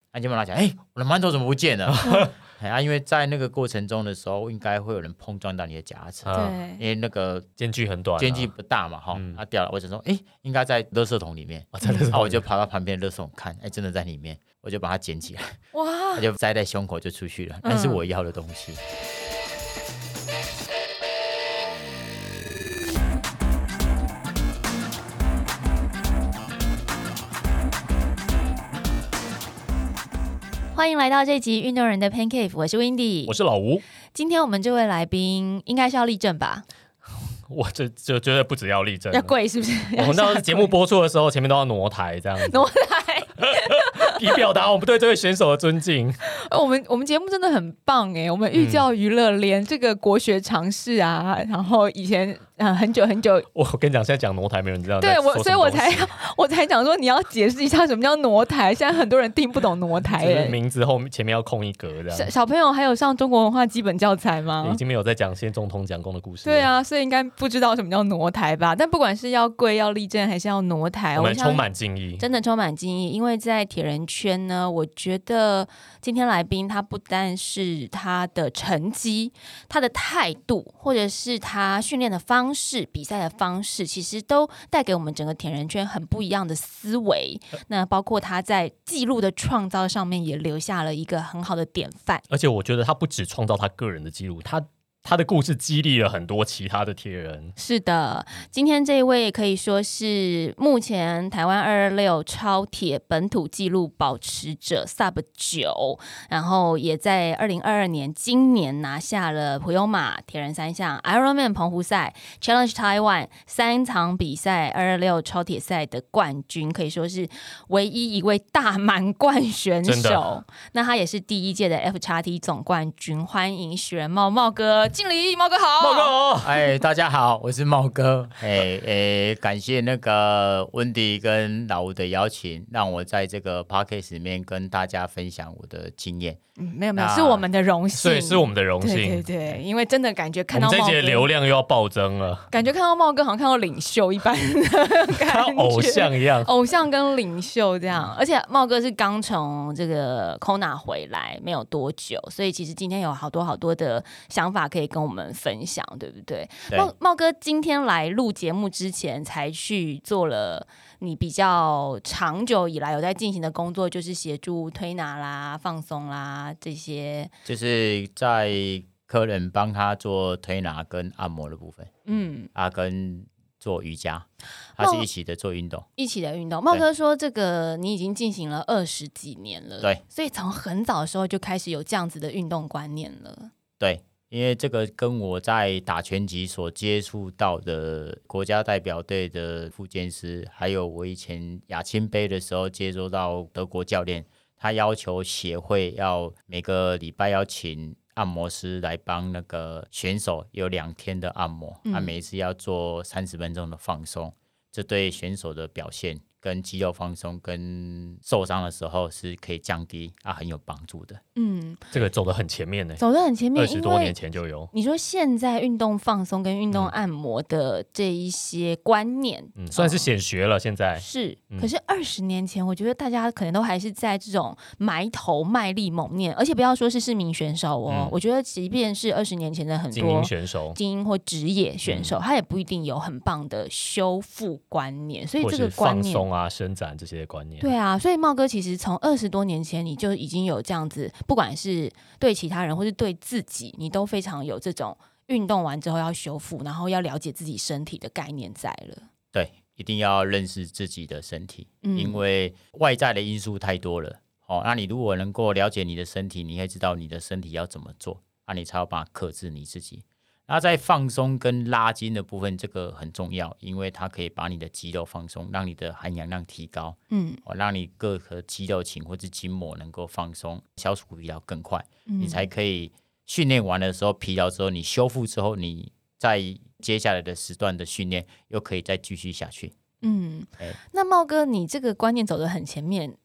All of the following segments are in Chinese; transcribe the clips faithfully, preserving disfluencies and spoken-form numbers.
那就问他讲，哎、欸，我的馒头怎么不见了？啊，因为在那个过程中的时候，应该会有人碰撞到你的脚踏车， 对， 因为那个间距很短、啊， 间距不大嘛，哈、嗯，它掉了，我就说，哎、欸，应该在垃圾桶里面， 哦、在垃圾桶里面， 然后我就跑到旁边的垃圾桶看，哎、欸，真的在里面，我就把它捡起来，哇，它就栽在胸口就出去了，那是我要的东西。嗯欢迎来到这集运动人的 Pancake， 我是 Windy， 我是老吴。 今天我们这位来宾应该是要立正吧？ 我这就觉得不只要立正， 要跪是不是？ 我们到节目播出的时候，前面都要挪台这样子， 挪台， 以表达我们对这位选手的尊敬。 我们我们节目真的很棒哎，我们寓教于乐，嗯、连这个国学常识啊，然后以前呃很久很久， 我跟你讲，现在讲挪台没人知道。 对我，所以我才我才讲说你要解释一下什么叫挪台，现在很多人听不懂挪台哎， 名字后面前面要空一格这样。 小, 小朋友还有上中国文化基本教材吗？ 已经没有在讲先总统讲功的故事。 对啊，所以应该不知道什么叫挪台吧？但不管是要跪、要立正还是要挪台， 我们充满敬意， 真的充满敬意。因为在铁人圈呢，我觉得今天来宾他不单是他的成绩、他的态度，或者是他训练的方式、比赛的方式，其实都带给我们整个铁人圈很不一样的思维。那包括他在纪录的创造上面也留下了一个很好的典范。 而且我觉得他不只创造他个人的纪录，他他的故事激励了很多其他的铁人。 是的，今天这一位也可以说是目前台湾二二六超铁本土纪录保持者 sub 九，然后也在二零二二年今年拿下了普悠玛铁人三项 Ironman 澎湖赛 Challenge Taiwan 三场比赛二二六超铁赛的冠军，可以说是唯一一位大满贯选手。那他也是第一届的 F X T 总冠军。欢迎许仁茂茂哥。敬礼，茂哥好， 茂哥好， 哎，大家好，我是茂哥，哎哎，感谢那个温迪跟老吴的邀请，让我在这个 podcast 里面跟大家分享我的经验。 嗯，没有没有，是我们的荣幸， 对，是我们的荣幸， 对对对，因为真的感觉看到茂哥， 我们这节流量又要暴增了， 感觉看到茂哥好像看到领袖一般的感觉， 偶像一样， 偶像跟领袖这样，而且茂哥是刚从这个 Kona 回来没有多久，所以其实今天有好多好多的想法可以跟我们分享，对不对？茂茂哥今天来录节目之前，才去做了你比较长久以来有在进行的工作，就是协助推拿啦、放松啦这些， 就是在客人帮他做推拿跟按摩的部分，嗯，啊，跟做瑜伽，他是一起的做运动， 一起的运动。茂哥说，这个你已经进行了二十几年了， 对， 所以从很早的时候就开始有这样子的运动观念了， 对。因为这个跟我在打拳击所接触到的国家代表队的复健师，还有我以前亚青杯的时候接触到德国教练，他要求协会要每个礼拜要请按摩师来帮那个选手有两天的按摩，他、嗯啊、每一次要做三十分钟的放松，这对选手的表现跟肌肉放松跟受伤的时候是可以降低啊，很有帮助的。 嗯， 这个走得很前面呢， 走得很前面， 二十多年前就有。 你说现在运动放松跟运动按摩的这一些观念， 嗯，算是显学了。现在是，可是二十年前，我觉得大家可能都还是在这种埋头卖力猛念，而且不要说是市民选手哦，嗯、我觉得即便是二十年前的很多精英选手、 精英或职业选手，嗯、他也不一定有很棒的修复观念，所以这个观念。 啊，伸展这些观念， 对啊，所以茂哥其实从二十多年前你就已经有这样子，不管是对其他人或是对自己，你都非常有这种运动完之后要修复，然后要了解自己身体的概念在了。 对，一定要认识自己的身体，嗯、因为外在的因素太多了。哦，那你如果能够了解你的身体，你会知道你的身体要怎么做，那你才有办法克制你自己。那在放松跟拉筋的部分，这个很重要，因为它可以把你的肌肉放松，让你的含氧量提高，嗯，哦，让你各个肌肉群或是筋膜能够放松，消除疲劳更快，嗯、你才可以训练完的时候疲劳之后，你修复之后，你在接下来的时段的训练又可以再继续下去。 嗯，欸、那茂哥，你这个观念走得很前面，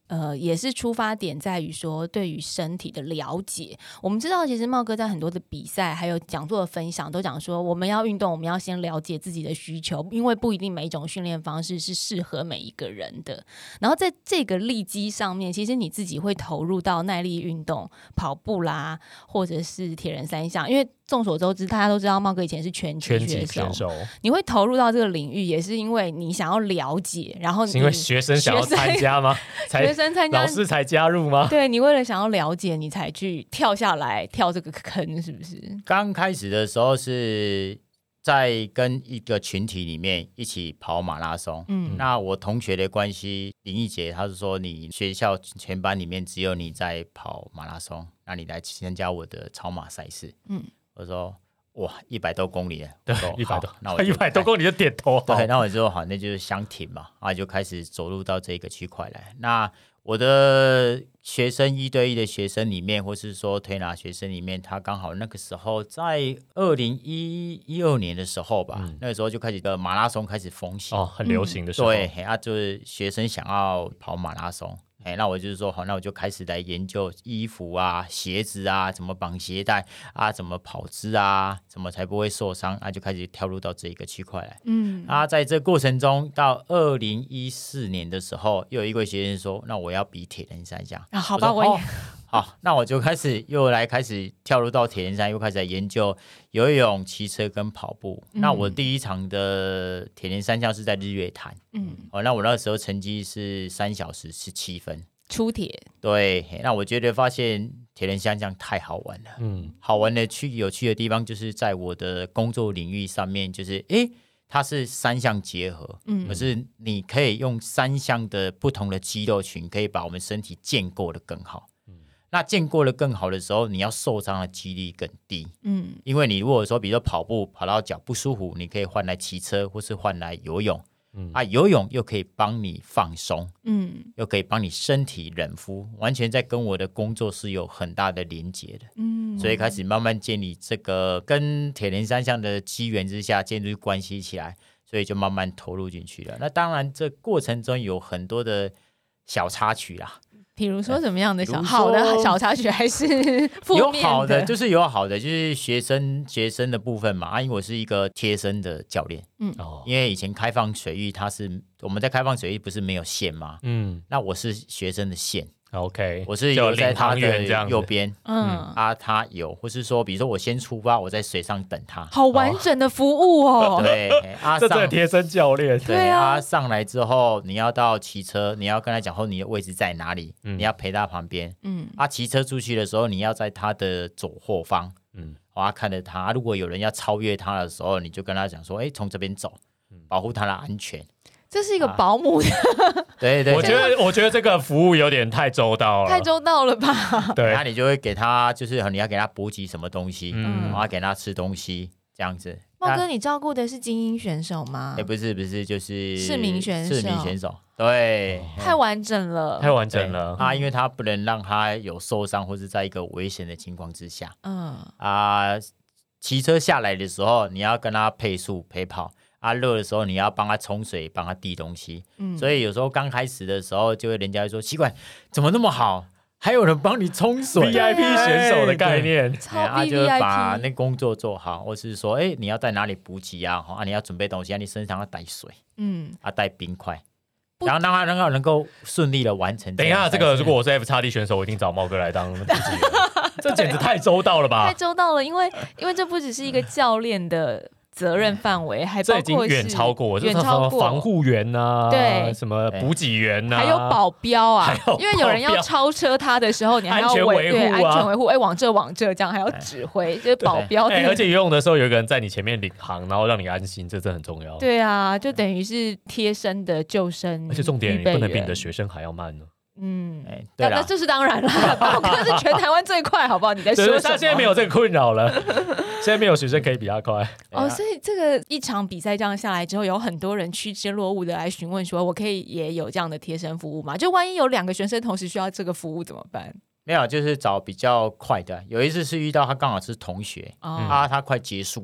呃，也是出发点在于说对于身体的了解。我们知道其实茂哥在很多的比赛还有讲座的分享都讲说，我们要运动我们要先了解自己的需求，因为不一定每一种训练方式是适合每一个人的。然后在这个力基上面，其实你自己会投入到耐力运动，跑步啦，或者是铁人三项，因为众所周知，大家都知道茂哥以前是拳击拳击选选手， 你会投入到这个领域，也是因为你想要了解，然后你是因为学生想要参加吗？ 学生参加， 老师才加入吗？ 对，你为了想要了解，你才去跳下来跳这个坑，是不是？ 刚开始的时候是在跟一个群体里面一起跑马拉松，嗯，那我同学的关系，林奕杰他是说，你学校全班里面只有你在跑马拉松，那你来参加我的超马赛事，嗯，我说哇，一百多公里了， 对，一百多， 那我一百多公里就点头， 对，那我就好，那就是相挺嘛，啊，就开始走入到这个区块来。那我的学生一对一的学生里面，或是说推拿学生里面，他刚好那个时候在二零一二年的时候吧，嗯、那个时候就开始的马拉松开始风行， 哦，很流行的时候， 对，啊，就是学生想要跑马拉松。哎，那我就是说，好，那我就开始来研究衣服啊、鞋子啊，怎么绑鞋带啊，怎么跑姿啊，怎么才不会受伤啊，就开始跳入到这一个区块来。嗯，啊，在这过程中，到二零一四年的时候，又有一位学生说，那我要比铁人三项啊，好吧，我也。 哦好，那我就开始又来开始跳入到铁人三项，又开始来研究游泳、骑车跟跑步。嗯、那我第一场的铁人三项是在日月潭，嗯，哦，那我那时候成绩是三小时十七分， 出铁。 对，那我觉得发现铁人三项太好玩了，嗯，好玩的去有趣的地方就是在我的工作领域上面，就是诶。它是三项结合，嗯，可是你可以用三项的不同的肌肉群，可以把我们身体建构的更好。嗯，那建构的更好的时候，你要受伤的几率更低。嗯，因为你如果说，比如说跑步跑到脚不舒服，你可以换来骑车，或是换来游泳。嗯、啊，游泳又可以帮你放松，嗯，又可以帮你身体冷敷，完全在跟我的工作是有很大的连结的，嗯，所以开始慢慢建立这个跟铁人三项的机缘之下建立关系起来，所以就慢慢投入进去了。那当然，这过程中有很多的小插曲啦。 比如说什么样的小好的小插曲，还是负面的？ 有好的，就是有好的，就是学生学生的部分嘛。啊，因为我是一个贴身的教练，嗯，因为以前开放水域，它是我们在开放水域不是没有线吗？嗯，那我是学生的线。 OK， 我是游在他的右边，嗯，啊，他有，或是说，比如说我先出发，我在水上等他， 好完整的服务哦。 对，啊， 这这贴身教练， 对啊，上来之后，你要到骑车，你要跟他讲后你的位置在哪里，嗯、你要陪他旁边，嗯，啊，骑车出去的时候，你要在他的左后方，嗯，啊，看着他，如果有人要超越他的时候，你就跟他讲说，哎，从这边走，保护他的安全。 这是一个保姆的、啊， 对对， 我觉得我觉得这个服务有点太周到了， 太周到了吧？ 对，那你就会给他，就是你要给他补给什么东西，嗯，然后给他吃东西，这样子。 茂哥，你照顾的是精英选手吗？ 哎，不是不是，就是市民选手， 市民选手，对， 太完整了， 太完整了。 啊，因为他不能让他有受伤或是在一个危险的情况之下，嗯啊，骑车下来的时候，你要跟他配速陪跑。啊，热的时候你要帮他冲水，帮他递东西，嗯，所以有时候刚开始的时候，就会人家会说奇怪，怎么那么好，还有人帮你冲水 ，V I P 选手的概念， 啊，就把那工作做好，或是说，哎，你要在哪里补给啊？啊，你要准备东西啊，你身上要带水，嗯，啊，带冰块，然后让他能够能够顺利的完成。 等一下，这个如果我是 F X D 选手，我一定找茂哥来当补给员，这简直太周到了吧？ 太周到了，因为因为这不只是一个教练的责任范围，还包括是这已经远超过， 远超过防护员呐、啊， 对， 什么补给员呐、啊， 还有保镖啊， 有因为有人要超车他的时候，你还要安全维护、啊、 安全维护，哎，往这往这这样，还要指挥，就是保镖。 哎，而且游泳的时候有一个人在你前面领航，然后让你安心，这真的很重要。 对啊，就等于是贴身的救生， 而且重点你不能比你的学生还要慢呢。 嗯， 哎，对啦， 那这是当然了，宝哥是全台湾最快，好不好？你在说什么？ 他现在没有这个困扰了，现在没有学生可以比他快。 哦，所以这个一场比赛这样下来之后，有很多人趋之若鹜的来询问说，我可以也有这样的贴身服务吗？就万一有两个学生同时需要这个服务怎么办？ 没有，就是找比较快的。有一次是遇到他刚好是同学，哦、啊，他快结束了。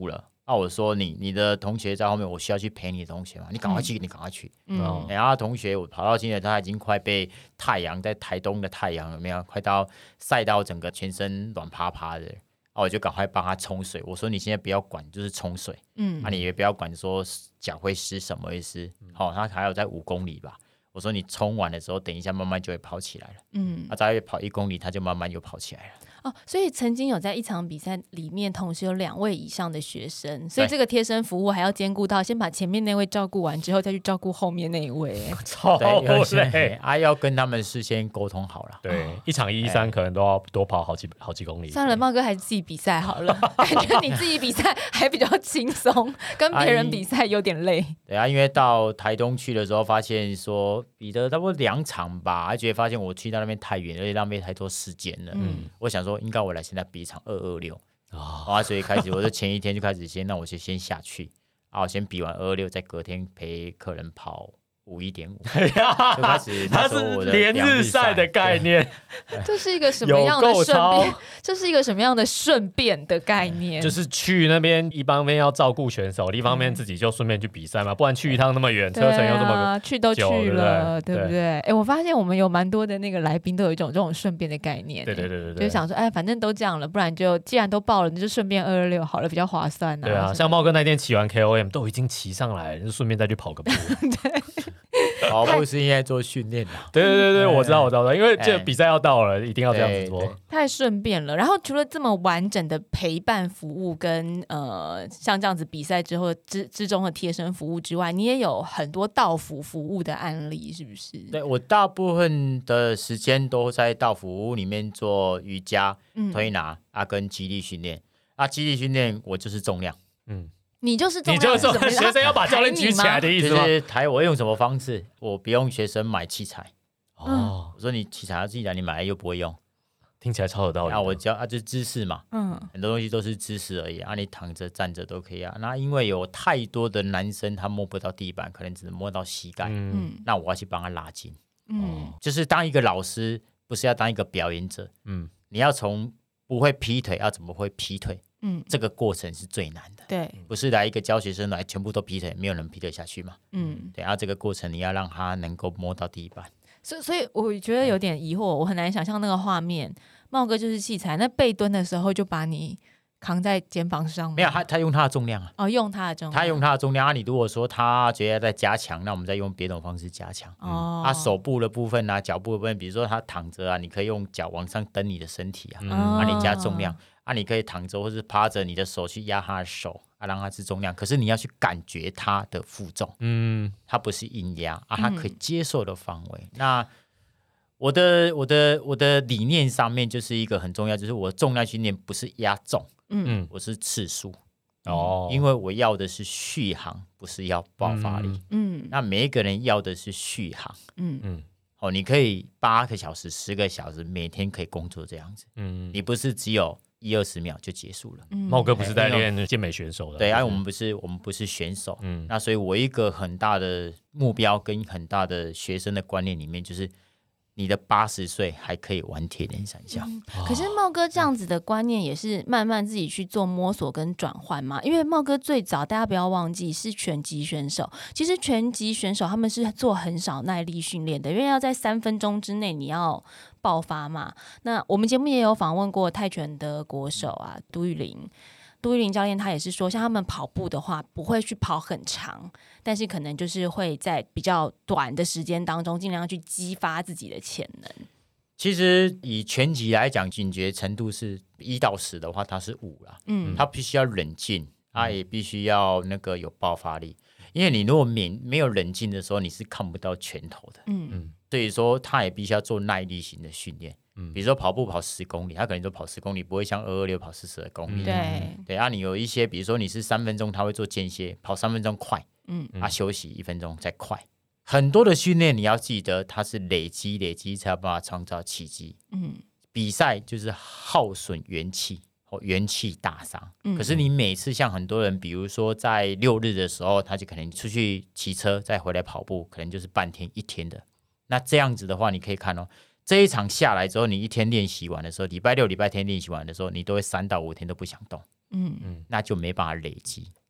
啊，我说你你的同学在后面，我需要去陪你的同学嘛，你赶快去，嗯、你赶快去。嗯，然后同学我跑到今天，他已经快被太阳在台东的太阳有没有快到晒到整个全身软趴趴的，啊，我就赶快帮他冲水。我说你现在不要管，就是冲水。嗯，啊，你也不要管说脚会湿什么会湿。好、哦，他还有在五公里吧。我说你冲完的时候，等一下慢慢就会跑起来了。嗯，啊，大概跑一公里，他就慢慢又跑起来了。 哦，所以曾经有在一场比赛里面同时有两位以上的学生，所以这个贴身服务还要兼顾到先把前面那位照顾完之后，再去照顾后面那一位， 超累啊！要跟他们事先沟通好了。 对，哦、一场一三可能都要多跑好几好几公里。 算了，茂哥还是自己比赛好了，感觉你自己比赛还比较轻松，跟别人比赛有点累。 对啊，因为到台东去的时候，发现说比了差不多两场吧，而且发现我去到那边太远，而且浪费太多时间了。嗯，我想说。应该我来现在比一场二二六啊，所以开始我就前一天就开始先让我就先下去啊，我先比完二二六，再隔天陪客人跑五一点五，就开始它是连日赛的概念， 这是一个什么样的顺便？这是一个什么样的顺便的概念？ 就是去那边一方面要照顾选手，一方面自己就顺便去比赛嘛，不然去一趟那么远，车程又这么久、啊、 去都去了，对不对？哎，我发现我们有蛮多的那个来宾都有一种这种顺便的概念， 对对对对对， 就是想说，哎，反正都这样了，不然就既然都报了，那就顺便二二六好了，比较划算啊。 对啊，像茂哥那天骑完 K O M 都已经骑上来，就顺便再去跑个步。 对。 跑步是应该做训练的， 对对对对，我知道我知道，因为这比赛要到了，一定要这样子做， 太顺便了。然后除了这么完整的陪伴服务跟呃像这样子比赛之后之之中的贴身服务之外，你也有很多到府服务的案例，是不是？ 对，我大部分的时间都在到府服务里面做瑜伽、嗯、推拿啊，跟肌力训练啊，肌力训练我就是重量，嗯。 你就是重量，你就是说学生要把教练举起来的意思吗？ 就是抬我用什么方式？我不用学生买器材。哦，我说你器材要自己来，你买来又不会用， 听起来超有道理。 啊，我教啊，就是姿势嘛，嗯，很多东西都是姿势而已啊，你躺着、站着都可以啊。那因为有太多的男生他摸不到地板，可能只能摸到膝盖，嗯，那我要去帮他拉筋，嗯，就是当一个老师，不是要当一个表演者，嗯，你要从不会劈腿，要怎么会劈腿？嗯，这个过程是最难的， 对， 不是来一个教学生来全部都劈腿，没有人劈得下去嘛，嗯，对，然后这个过程你要让他能够摸到地板， 所以所以我觉得有点疑惑，我很难想象那个画面，茂哥就是器材，那背蹲的时候就把你扛在肩膀上吗？ 没有，他他用他的重量啊， 哦，用他的重量， 他用他的重量啊，你如果说他觉得在加强，那我们再用别种方式加强，哦，他手部的部分啊，脚部的部分，比如说他躺着啊，你可以用脚往上蹬你的身体啊，嗯、啊，你加重量。啊，你可以躺着或是趴着，你的手去压他的手啊，让他是重量。可是你要去感觉他的负重，嗯，他不是硬压啊，他可以接受的范围。嗯、那我的我的我的理念上面就是一个很重要，就是我重量训练不是压重，嗯，我是次数哦，因为我要的是续航，不是要爆发力，嗯，那每一个人要的是续航，嗯嗯。哦，你可以八个小时、十个小时，每天可以工作这样子，嗯，你不是只有一二十秒就结束了。 茂哥不是在练健美选手的， 对啊，我们不是我们不是选手，嗯，那所以我一个很大的目标跟很大的学生的观念里面就是。你的八十岁还可以玩铁人三项、嗯， 可是茂哥这样子的观念也是慢慢自己去做摸索跟转换嘛。因为茂哥最早大家不要忘记是拳击选手，其实拳击选手他们是做很少耐力训练的，因为要在三分钟之内你要爆发嘛。那我们节目也有访问过泰拳的国手啊，杜玉玲。杜玉玲教练他也是说，像他们跑步的话不会去跑很长，但是可能就是会在比较短的时间当中尽量去激发自己的潜能。 其实以拳击来讲，警觉程度是一到十的话，它是五啦。嗯，他必须要冷静，他也必须要那个有爆发力。因为你如果没没有冷静的时候，你是看不到拳头的。嗯嗯，所以说他也必须要做耐力型的训练。比如说跑步跑十公里，他可能就跑十公里，不会像二二六跑四十二公里。 对对啊，你有一些，比如说你是三分钟，他会做间歇，跑三分钟快，嗯啊休息一分钟再快。很多的训练你要记得，它是累积累积才有办法创造奇迹。嗯，比赛就是耗损元气，元气大伤。嗯、可是你每次像很多人，比如说在六日的时候，他就可能出去骑车，再回来跑步，可能就是半天一天的。那这样子的话，你可以看哦。这一场下来之后，你一天练习完的时候，礼拜六、礼拜天练习完的时候，你都会三到五天都不想动，嗯嗯，那就没办法累积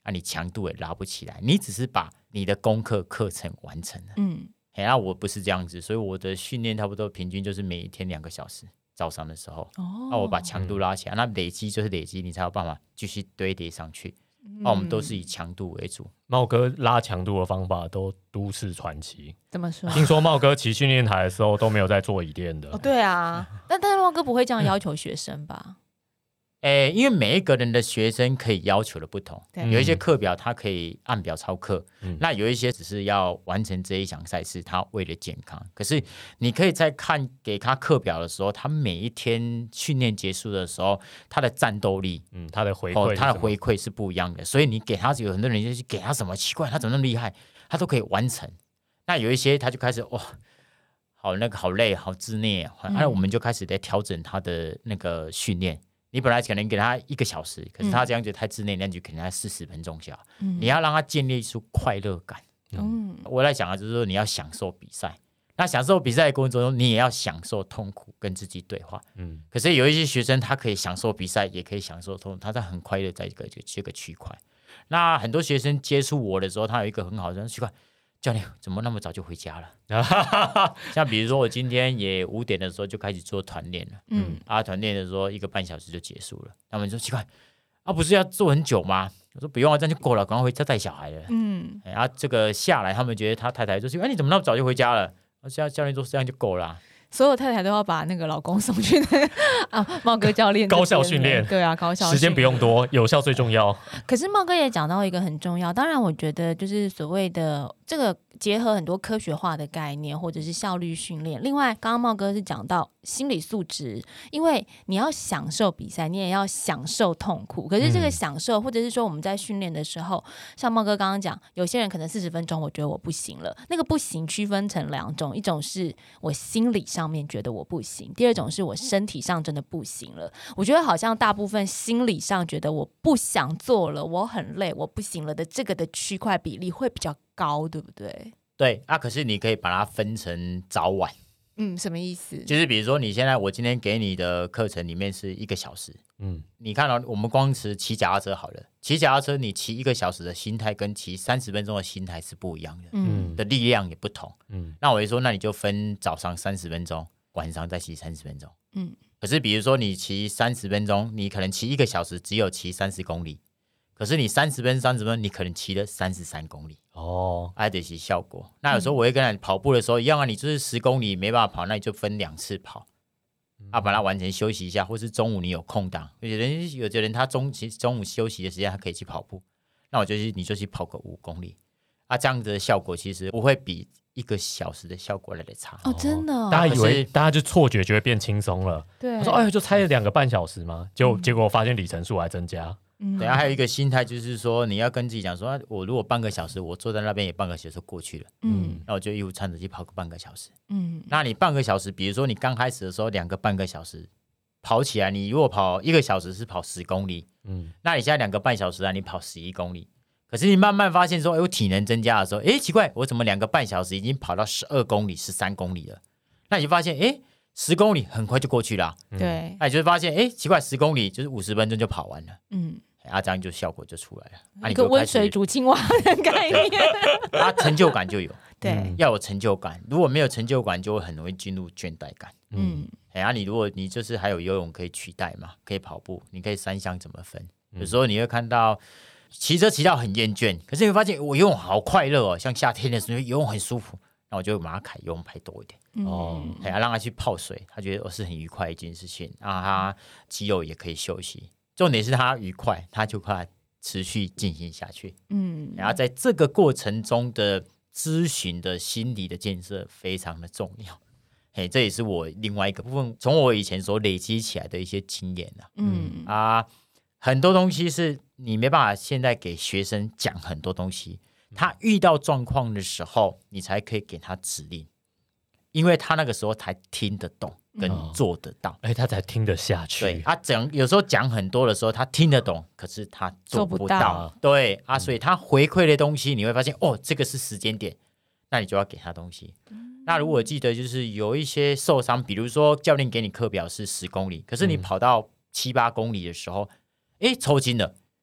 啊，你强度也拉不起来，你只是把你的功课课程完成了。 嗯， 哎，那、啊、我不是这样子，所以我的训练差不多平均就是每一天两个小时，早上的时候，那、 哦啊、我把强度拉起来，那累积就是累积，你才有办法继续堆叠上去。那、啊、我们都是以强度为主。 茂哥拉强度的方法都都市传奇， 怎么说？ 听说茂哥骑训练台的时候都没有在做椅垫的。 哦，对啊，但但是茂哥不会这样要求学生吧？ 诶，因为每一个人的学生可以要求的不同， 对有一些课表他可以按表操课， 嗯那有一些只是要完成这一项赛事，他为了健康。可是你可以在看给他课表的时候，他每一天训练结束的时候，他的战斗力， 嗯，他的回馈、 哦，他的回馈是不一样的。所以你给他有很多人就是给他什么奇怪，他怎么那么厉害，他都可以完成。那有一些他就开始哇、哦，好那个好累，好自虐，那、嗯、我们就开始在调整他的那个训练。你本来可能给他一个小时，可是他这样子太自内，那、嗯、就可能要四十分钟下。嗯、你要让他建立出快乐感。嗯，我在想啊，就是说你要享受比赛，那享受比赛的过程中，你也要享受痛苦，跟自己对话。嗯，可是有一些学生，他可以享受比赛，也可以享受痛苦，他在很快乐在这个这个区块。那很多学生接触我的时候，他有一个很好的区块。教练怎么那么早就回家了？像比如说我今天也五点的时候就开始做团练了，嗯，啊团练的时候一个半小时就结束了。他们说奇怪，啊不是要做很久吗？我说不用啊，这样就够了，赶快回家带小孩了。嗯，然后、啊、这个下来，他们觉得他太太就说：“哎，你怎么那么早就回家了？”现在教练说这样就够了、啊。 所有太太都要把那个老公送去那个啊，茂哥教练高效训练， 对啊，高效训练， 时间不用多，有效最重要。 可是茂哥也讲到一个很重要，当然我觉得就是所谓的这个结合很多科学化的概念，或者是效率训练。另外，刚刚茂哥是讲到心理素质，因为你要享受比赛，你也要享受痛苦。可是这个享受，嗯、或者是说我们在训练的时候，像茂哥刚刚讲，有些人可能四十分钟，我觉得我不行了。那个不行区分成两种，一种是我心理上。上面觉得我不行，第二种是我身体上真的不行了。我觉得好像大部分心理上觉得我不想做了，我很累，我不行了的这个的区块比例会比较高，对不对？ 对啊，可是你可以把它分成早晚。 嗯，什么意思？ 就是比如说你现在我今天给你的课程里面是一个小时，嗯，你看到、哦、我们光是骑脚踏车好了，骑脚踏车你骑一个小时的心态跟骑三十分钟的心态是不一样的，嗯，的力量也不同，嗯，那我就说那你就分早上三十分钟，晚上再骑三十分钟，嗯，可是比如说你骑三十分钟，你可能骑一个小时只有骑三十公里，可是你三十分三十分，你可能骑了三十三公里哦，还得是效果。那有时候我会跟你跑步的时候一样啊，你就是十公里没办法跑，那你就分两次跑，嗯、啊，把它完成休息一下，或是中午你有空档，有人有的人他中其实中午休息的时间他可以去跑步，那我就去你就去跑个五公里啊，这样子的效果其实不会比一个小时的效果来的差哦，真的、哦。 大家以为大家就错觉，觉得变轻松了。 对， 我说哎，就猜了两个半小时嘛，结果、嗯、结果发现里程数还增加。 嗯，等下还有一个心态就是说，你要跟自己讲说，我如果半个小时，我坐在那边也半个小时过去了，嗯，那我就义无反顾去跑个半个小时，嗯，那你半个小时，比如说你刚开始的时候两个半个小时跑起来，你如果跑一个小时是跑十公里，嗯，那你现在两个半小时啊，你跑十一公里，可是你慢慢发现说，哎，我体能增加的时候，哎，奇怪，我怎么两个半小时已经跑到十二公里、十三公里了？那你就发现，哎，十公里很快就过去了、啊， 对， 那你就会发现，哎，奇怪，十公里就是五十分钟就跑完了，嗯。啊，这样就效果就出来了，啊、 一个温水煮青蛙的概念， 啊，成就感就有， 对、 嗯，要有成就感。如果没有成就感，就会很容易进入倦怠感。嗯，哎、啊，你如果你就是还有游泳可以取代嘛，可以跑步，你可以三项怎么分？有时候你会看到骑车骑到很厌倦，可是你会发现我游泳好快乐哦，像夏天的时候游泳很舒服，那我就把它改游泳排多一点。嗯、哦，哎、啊，让他去泡水，他觉得我是很愉快的一件事情，让他肌肉也可以休息。重点是他愉快，他就快持续进行下去。嗯，然后在这个过程中的咨询的心理的建设非常的重要。嘿，这也是我另外一个部分，从我以前所累积起来的一些经验啊。嗯啊，很多东西是你没办法现在给学生讲很多东西，他遇到状况的时候，你才可以给他指令，因为他那个时候才听得懂。跟做得到， 哎、嗯，他才听得下去。 对，他讲有时候讲很多的时候，他听得懂，可是他做不到。做不到对啊，所以他回馈的东西，你会发现哦，这个是时间点，那你就要给他东西。嗯、那如果记得就是有一些受伤，比如说教练给你课表是十公里，可是你跑到七八公里的时候，哎、嗯，抽筋了，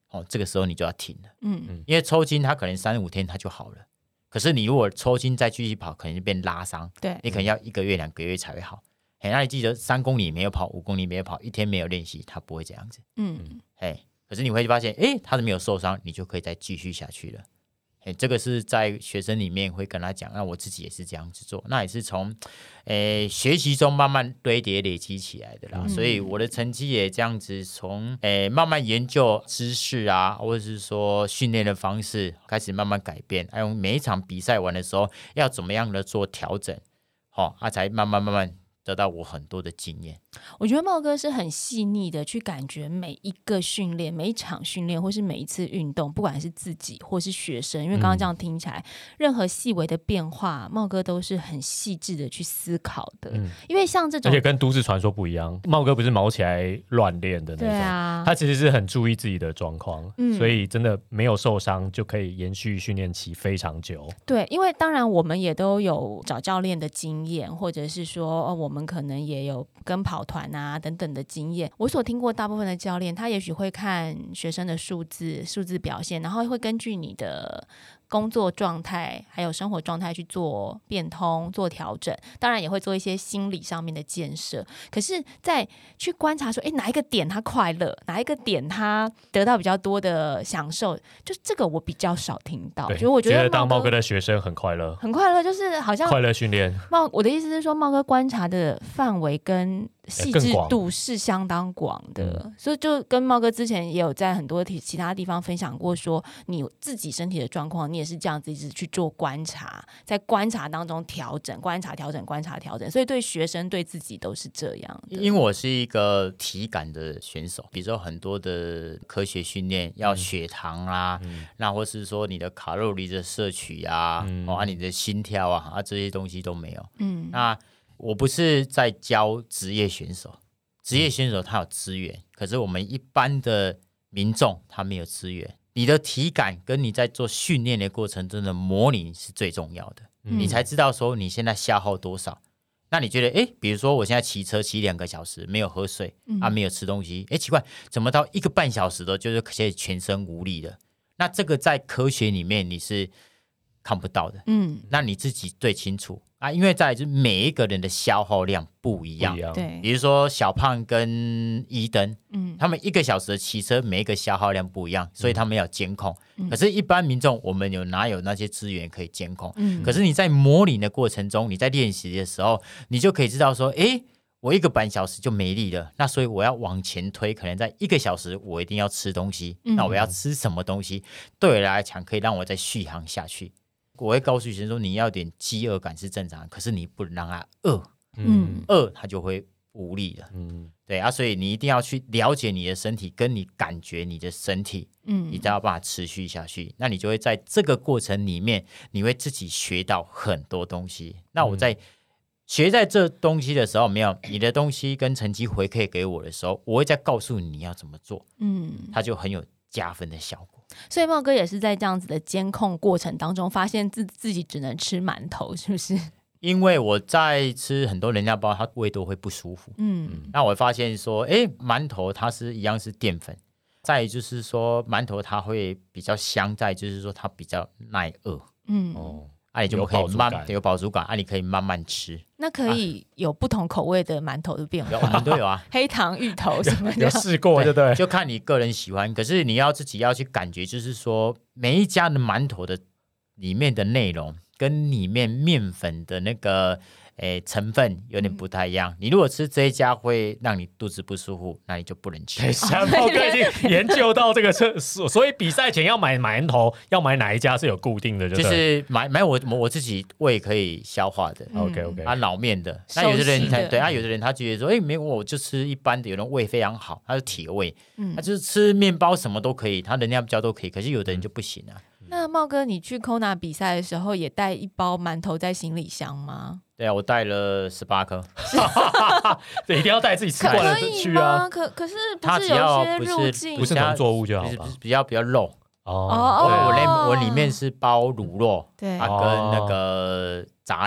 哦，这个时候你就要停了， 嗯， 因为抽筋它可能三五天它就好了，可是你如果抽筋再继续跑，可能就变拉伤， 对， 你可能要一个月两个月才会好。嘿，那你记得三公里没有跑，五公里没有跑，一天没有练习，它不会这样子。 嗯， 嘿，可是你会发现，哎，他是没有受伤，你就可以再继续下去了。嘿，这个是在学生里面会跟他讲，那我自己也是这样子做，那也是从诶学习中慢慢堆叠累积起来的啦。嗯、所以我的成绩也这样子从诶慢慢研究知识啊，或者是说训练的方式开始慢慢改变，还有每一场比赛完的时候要怎么样的做调整，好、哦，啊才慢慢慢慢得到我很多的经验。 我觉得茂哥是很细腻的去感觉每一个训练、每一场训练，或是每一次运动，不管是自己或是学生，因为刚刚这样听起来，嗯、任何细微的变化，茂哥都是很细致的去思考的。嗯、因为像这种， 而且跟都市传说不一样，茂哥不是毛起来乱练的那种，对啊，他其实是很注意自己的状况，嗯、所以真的没有受伤就可以延续训练期非常久。 对，因为当然我们也都有找教练的经验，或者是说，哦、我们可能也有跟跑团啊等等的经验。我所听过大部分的教练，他也许会看学生的数字数字表现，然后会根据你的工作状态还有生活状态去做变通做调整，当然也会做一些心理上面的建设。可是在去观察说，哎，哪一个点他快乐，哪一个点他得到比较多的享受，就这个我比较少听到。就我觉得觉得当茂哥的学生很快乐， 很快乐，就是好像快乐训练。 茂，我的意思是说，茂哥观察的范围跟细致度是相当广的，嗯、所以就跟茂哥之前也有在很多其他地方分享过说，你自己身体的状况，你也是这样子一直去做观察，在观察当中调整，观察调整，观察调整，所以对学生对自己都是这样的。 因为我是一个体感的选手，比如说很多的科学训练要血糖啊，嗯、那或是说你的卡路里的摄取啊，嗯、哦，啊你的心跳啊，啊这些东西都没有。嗯，那我不是在教职业选手，职业选手他有资源，可是我们一般的民众他没有资源。你的体感跟你在做训练的过程中的模拟是最重要的，嗯、你才知道说你现在消耗多少。那你觉得，哎，比如说我现在骑车骑两个小时，没有喝水，嗯、啊，没有吃东西，哎，奇怪，怎么到一个半小时的，就是可以全身无力的？那这个在科学里面你是看不到的，嗯，那你自己最清楚啊，因为再来就是每一个人的消耗量不一样， 对， 比如说小胖跟伊登，嗯，他们一个小时的骑车，每一个消耗量不一样，所以他们要监控。嗯、可是，一般民众我们有哪有那些资源可以监控？嗯，可是你在模拟的过程中，你在练习的时候，你就可以知道说，哎，我一个半小时就没力了，那所以我要往前推，可能在一个小时，我一定要吃东西。嗯、那我要吃什么东西，对我来讲可以让我再续航下去？我会告诉学生说，你要点饥饿感是正常的，可是你不能让他饿，嗯，饿他就会无力了，嗯，对啊，所以你一定要去了解你的身体，跟你感觉你的身体，嗯，你才要办法持续下去。那你就会在这个过程里面，你会自己学到很多东西。那我在学在这东西的时候，没有你的东西跟成绩回馈给我的时候，我会再告诉你你要怎么做，嗯，它就很有加分的效果。 所以茂哥也是在这样子的监控过程当中，发现自自己只能吃馒头，是不是？ 因为我在吃很多人家包，它胃都会不舒服。嗯，那我发现说，哎，馒头它是一样是淀粉，再就是说馒头它会比较香，再就是说它比较耐饿。嗯，哦，啊，你就可以慢有饱足感，啊，你可以慢慢吃。 那可以有不同口味的馒头的变化， 我们都有啊， 黑糖芋头什么的， 有试过，对不对？ 就看你个人喜欢，可是你要自己要去感觉，就是说每一家的馒头的里面的内容跟里面面粉的那个诶成分有点不太一样。嗯、你如果吃这一家会让你肚子不舒服，那你就不能吃。 山炮哥已经研究到这个车，所以比赛前要买馒头，要买哪一家是有固定的就， 就是买买我我自己胃可以消化的。 OK OK， 啊老面的，那有的人他对啊，有的人他觉得说，哎，没有我就吃一般的，有人胃非常好，他是铁胃，嗯、他就是吃面包什么都可以，他能量胶都可以，可是有的人就不行啊。 那茂哥，你去 Kona 比赛的时候也带一包馒头在行李箱吗？ 对啊，我带了十八颗， 对，一定要带自己吃惯了去啊。 可可是不是有些入境不是农作物就好吧？ 比较比较肉哦。 我我我里面是包卤肉， 对， 啊跟那个杂粮。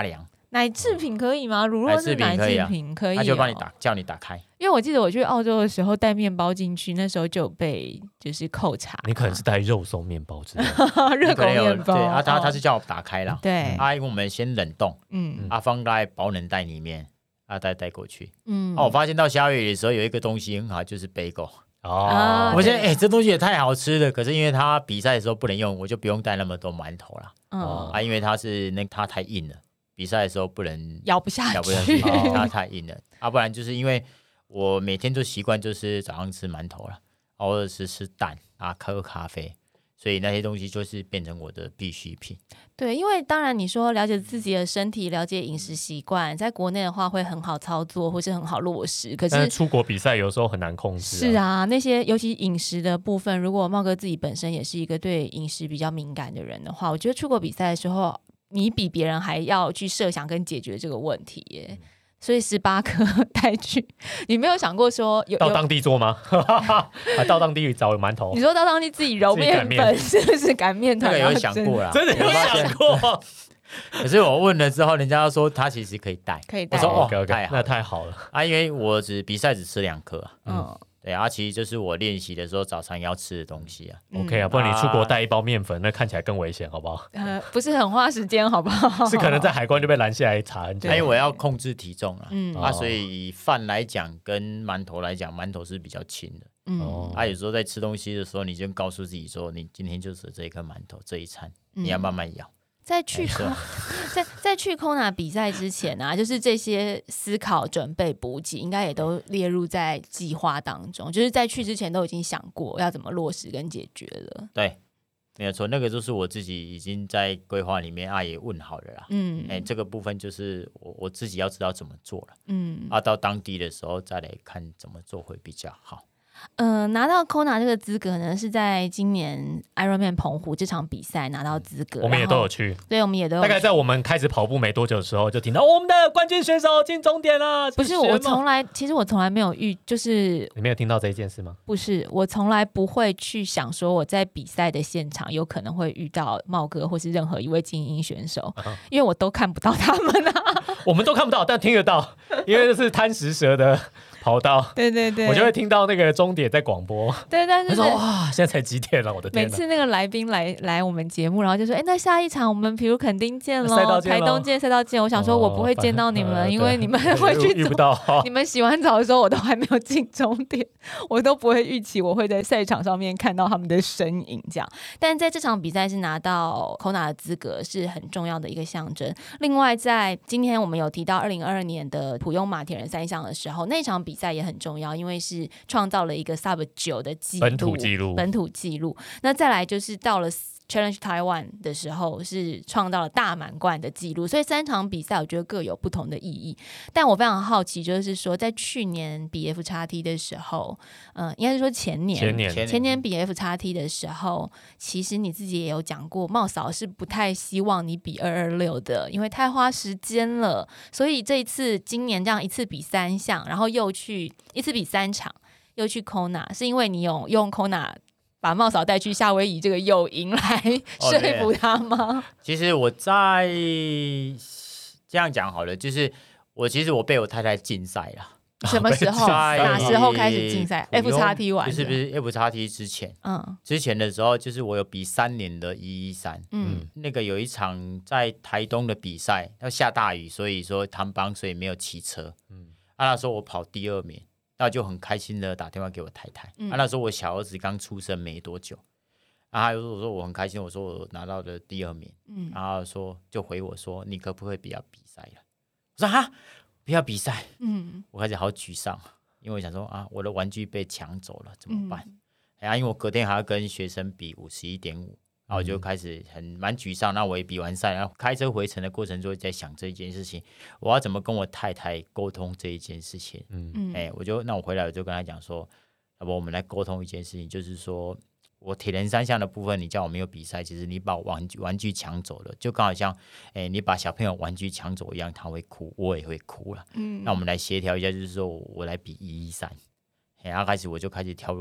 奶制品可以吗？乳酪是奶制品可以、哦， 他就帮你打，叫你打开。 因为我记得我去澳洲的时候带面包进去，那时候就有被就是扣查。 你可能是带肉松面包之类的，热狗面包。 对啊，他他是叫我打开啦。 对， 啊，因为我们先冷冻，嗯，啊放在保冷袋里面，啊再带过去。嗯，啊，我发现到夏威夷的时候有一个东西很好，就是 bagel。哦，我觉得哎、欸，这东西也太好吃了。可是因为他比赛的时候不能用，我就不用带那么多馒头了。哦，啊，因为它是那它太硬了，比赛的时候不能咬不下去， 咬不下去，它太硬了。啊，不然就是因为我每天都习惯就是早上吃馒头了，或者是吃蛋啊，喝咖啡。所以那些东西就是变成我的必需品。 对，因为当然你说了解自己的身体，了解饮食习惯，在国内的话会很好操作，或是很好落实。可是， 但是出国比赛有时候很难控制、啊。 是啊，那些尤其饮食的部分，如果茂哥自己本身也是一个对饮食比较敏感的人的话，我觉得出国比赛的时候，你比别人还要去设想跟解决这个问题耶。嗯，所以十八颗带去，你没有想过说有到当地做吗？啊，到当地找馒头。 你说到当地自己揉面粉，是不是擀面团？ 这个有想过啦， 真的有想过。 可是我问了之后，人家说他其实可以带， 可以带。 我说哦， okay, okay, 太好， 那太好了啊！因为我只比赛只吃两颗、啊，嗯，对啊，其实就是我练习的时候早餐要吃的东西啊。 OK 啊，不然你出国带一包面粉，那看起来更危险，好不好？ 呃，不是很花时间，好不好？ 是可能在海关就被拦下来查很久。 因为我要控制体重啊，嗯啊，所以以饭来讲跟馒头来讲，馒头是比较轻的。嗯，啊，有时候在吃东西的时候，你就告诉自己说，你今天就吃这一颗馒头，这一餐、嗯、你要慢慢咬。 在去在在去 Kona 比赛之前啊，就是这些思考、准备、补给，应该也都列入在计划当中。就是在去之前都已经想过要怎么落实跟解决了。 对，没有错，那个都是我自己已经在规划里面啊，也问好了啦。嗯，哎、欸，这个部分就是我我自己要知道怎么做了。嗯，啊，到当地的时候再来看怎么做会比较好。 呃，拿到 Kona 这个资格呢，是在今年 Ironman 澎湖这场比赛拿到资格， 我们也都有去。 对，我们也都有去。 大概在我们开始跑步没多久的时候，就听到、哦、我们的冠军选手进终点了。 不是，我从来，其实我从来没有遇，就是你没有听到这一件事吗？ 不是，我从来不会去想说我在比赛的现场有可能会遇到茂哥或是任何一位精英选手，啊、因为我都看不到他们啊。 我们都看不到，但听得到，因为这是贪食蛇的跑道。 对对对， 我就会听到那个终点在广播。 对，但是说哇，现在才几点了，我的天！ 每次那个来宾来来我们节目，然后就说：“哎，那下一场我们比如垦丁见喽，台东见，赛道见。”我想说，我不会见到你们，哦、因为你们会去遇不到。 你们洗完澡的时候，我都还没有进终点，我都不会预期我会在赛场上面看到他们的身影。这样，但在这场比赛是拿到 Kona 的资格，是很重要的一个象征。另外，在今天我们有提到二零二二年的普悠玛铁人三项的时候，那场比赛也很重要，因为是创造了一个 sub 九的记录， 本土记录， 本土记录。那再来就是到了 Challenge Taiwan 的时候，是创造了大满贯的记录。所以三场比赛，我觉得各有不同的意义。但我非常好奇，就是说，在去年比 F X T 的时候，呃，应该是说前年， 前年， 前年比 F X T 的时候，其实你自己也有讲过，茂嫂是不太希望你比二二六的，因为太花时间了。所以这一次，今年这样一次比三项，然后又去一次比三场。又去 Kona， 是因为你有用 Kona 把茂嫂带去夏威夷这个诱因来说服他吗？ 哦、其实我在这样讲好了，就是我其实我被我太太禁赛了。 什么时候？哪时候开始竞赛 ？F X T 完？ 不是不是 F X T 之前，嗯，之前的时候就是我有比三年的一一三，嗯，那个有一场在台东的比赛，要下大雨，所以说摊帮，所以没有骑车，嗯，啊那时候我跑第二名。那就很开心的打电话给我太太，嗯啊、那时候我小儿子刚出生没多久，啊，他我说我很开心，我说我拿到了第二名，嗯，然后说就回我说你可不可以不要比赛了？我说哈，不要比赛，嗯，我开始好沮丧，因为我想说啊，我的玩具被抢走了怎么办？哎呀、嗯，因为我隔天还要跟学生比五十一点五。然后我就开始很蛮沮丧，那我也比完赛，然后开车回程的过程中在想这一件事情，我要怎么跟我太太沟通这一件事情？嗯，哎、欸，我就那我回来我就跟他讲说，要不我们来沟通一件事情，就是说我铁人三项的部分，你叫我没有比赛，其实你把玩具玩具抢走了，就刚好像哎、欸、你把小朋友玩具抢走一样，他会哭，我也会哭了。嗯，那我们来协调一下，就是说我来比一一三。然后开始我就开始跳入比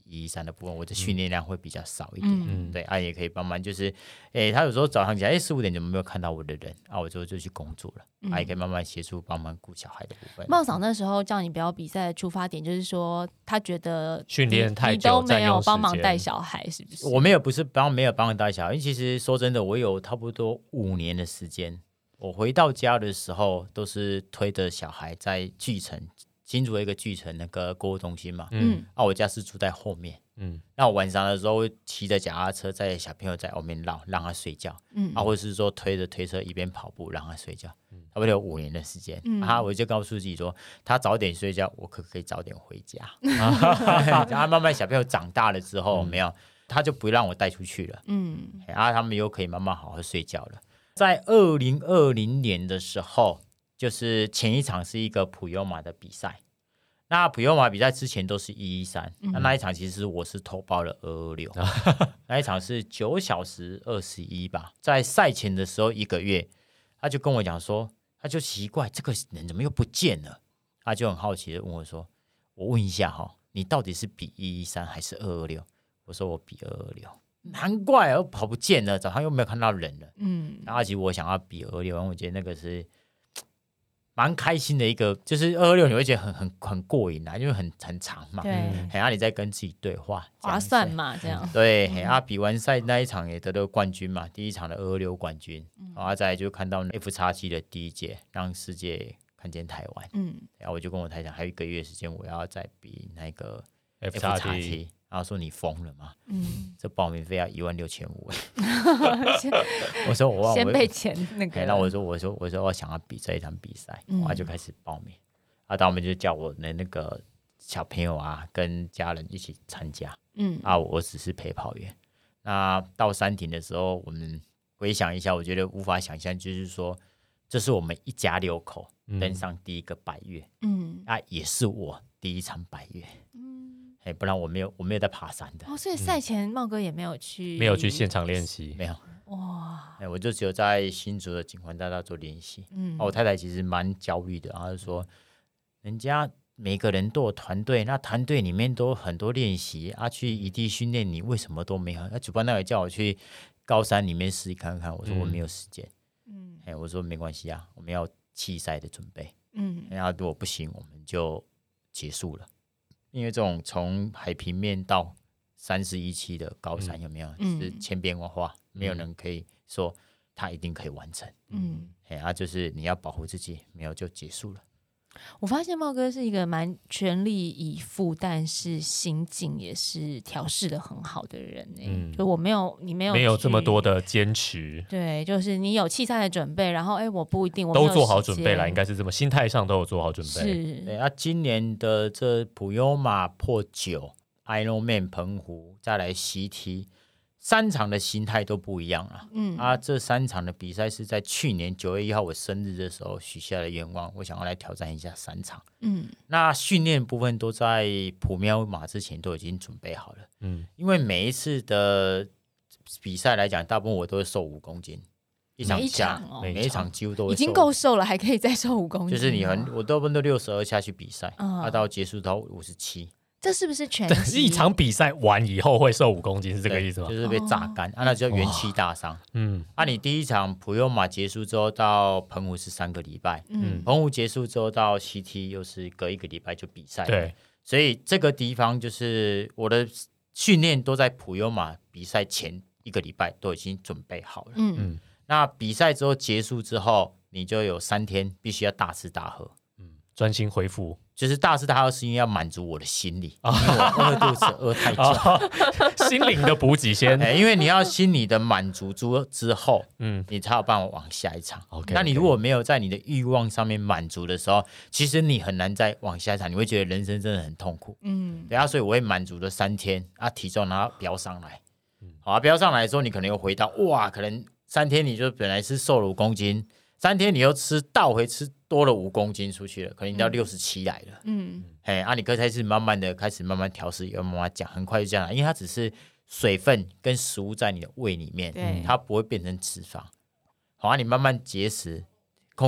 一一三的部分，我的训练量会比较少一点。 嗯、 对，啊，也可以帮忙，就是哎，他有时候早上起来，哎，四五点怎么没有看到我的人啊？我就就去工作了，嗯、啊，也可以慢慢协助帮忙顾小孩的部分。 茂嫂那时候叫你不要比赛的出发点，就是说他觉得训练太久， 你都没有帮忙带小孩，是不是？ 我没有，不是帮没有帮忙带小孩，因为其实说真的，我有差不多五年的时间。我回到家的时候，都是推着小孩在巨城，新竹的一个巨城那个购物中心嘛。嗯，啊，我家是住在后面。嗯，那我晚上的时候骑着脚踏车载小朋友在外面绕，让他睡觉。嗯，啊，或者是说推着推车一边跑步让他睡觉。嗯，差不多有五年的时间。嗯，啊，我就告诉自己说，他早点睡觉，我可可以早点回家。然后慢慢小朋友长大了之后，嗯、没有，他就不让我带出去了。嗯，啊，他们又可以慢慢好好睡觉了。在二零二零年的时候，就是前一场是一个普悠玛的比赛。那普悠玛比赛之前都是一一三，那那一场其实我是投报了二二六，那一场是九小时二十一吧。在赛前的时候一个月，他就跟我讲说，他就奇怪这个人怎么又不见了，他就很好奇的问我说，我问一下哈，你到底是比一一三还是二二六？我说我比二二六。难怪我跑不见了，早上又没有看到人了。嗯，然后其实我想要比二六，我觉得那个是蛮开心的一个，就是二六你会觉得很很很过瘾啊，因为很很长嘛。 对， 然后你在跟自己对话， 划算嘛，这样。 对，然后比完赛那一场也得到冠军嘛，第一场的二六冠军，然后再来就看到 F X七 的第一届，让世界看见台湾。嗯，然后我就跟我太太还有一个月时间，我要再比那个 F X七。然后说你疯了吗？嗯，这报名费要一万六千五。我说我先被钱那个。 那我说我说我说我想要比这一场比赛，嗯、我就开始报名。啊，他们就叫我的那个小朋友啊，跟家人一起参加。嗯，啊，我只是陪跑员。那到山顶的时候，我们回想一下，我觉得无法想象，就是说，这是我们一家六口登上第一个百岳。嗯，啊，也是我第一场百岳。欸、不然我没有我没有在爬山的。 哦，所以赛前茂哥也没有去、 嗯、没有去现场练习， 没有。哇、欸！我就只有在新竹的景环大道做练习。嗯、啊，我太太其实蛮焦虑的，她就说，人家每个人都有团队，那团队里面都有很多练习啊，去异地训练，你为什么都没有？那主办单位叫我去高山里面试看看，我说我没有时间。嗯，哎、欸，我说没关系啊，我们要弃赛的准备。嗯，然后如果不行，我们就结束了。因为这种从海平面到三十一期的高山有没有、嗯、是千变万化、嗯、没有人可以说他一定可以完成。嗯，啊，就是你要保护自己，没有就结束了。 我发现茂哥是一个蛮全力以赴，但是心境也是调试的很好的人、欸嗯、就我没有你没有没有这么多的坚持， 对，就是你有器材的准备，然后哎，我不一定我都做好准备了，应该是这么，心态上都有做好准备。 是， 对啊，今年的这普悠玛破九 Ironman 澎湖再来 C T。三场的心态都不一样啊！嗯啊，这三场的比赛是在去年九月一号我生日的时候许下的愿望，我想要来挑战一下三场。嗯，那训练部分都在普喵马之前都已经准备好了。嗯，因为每一次的比赛来讲，大部分我都会瘦五公斤，一场下，每一场、哦、每一场几乎都会瘦， 已经够瘦了，还可以再瘦五公斤。 就是你很，我大部分都六十二下去比赛，嗯、啊，到结束到五十七。 这是不是全息？ 一场比赛完以后会瘦五公斤，是这个意思吗？ 就是被榨干、哦、啊，那就元气大伤。嗯，啊，你第一场普悠玛结束之后到澎湖是三个礼拜，嗯，澎湖结束之后到 C T 又是隔一个礼拜就比赛， 对， 所以这个地方就是我的训练都在普悠玛比赛前一个礼拜都已经准备好了。嗯嗯，那比赛之后结束之后，你就有三天必须要大吃大喝， 嗯，专心恢复。 就是大吃大喝是因为要满足我的心理，因为我饿肚子饿太久， 心灵的补给先、 欸，因为你要心理的满足之后，嗯，你才有办法往下一场。Okay, 那你如果没有在你的欲望上面满足的时候，其实你很难再往下一场，你会觉得人生真的很痛苦。嗯，对啊，所以我会满足了三天啊，体重然后飙上来，嗯、好啊，飙上来的时候，你可能又回到哇，可能三天你就本来是瘦了五公斤。三天你又吃倒回吃多了五公斤出去了，可能你到六十七来了。嗯，哎，啊，你可以开始慢慢的开始慢慢调试，要慢慢讲，很快就这样了，因为它只是水分跟食物在你的胃里面，它不会变成脂肪。好啊，你慢慢节食，控制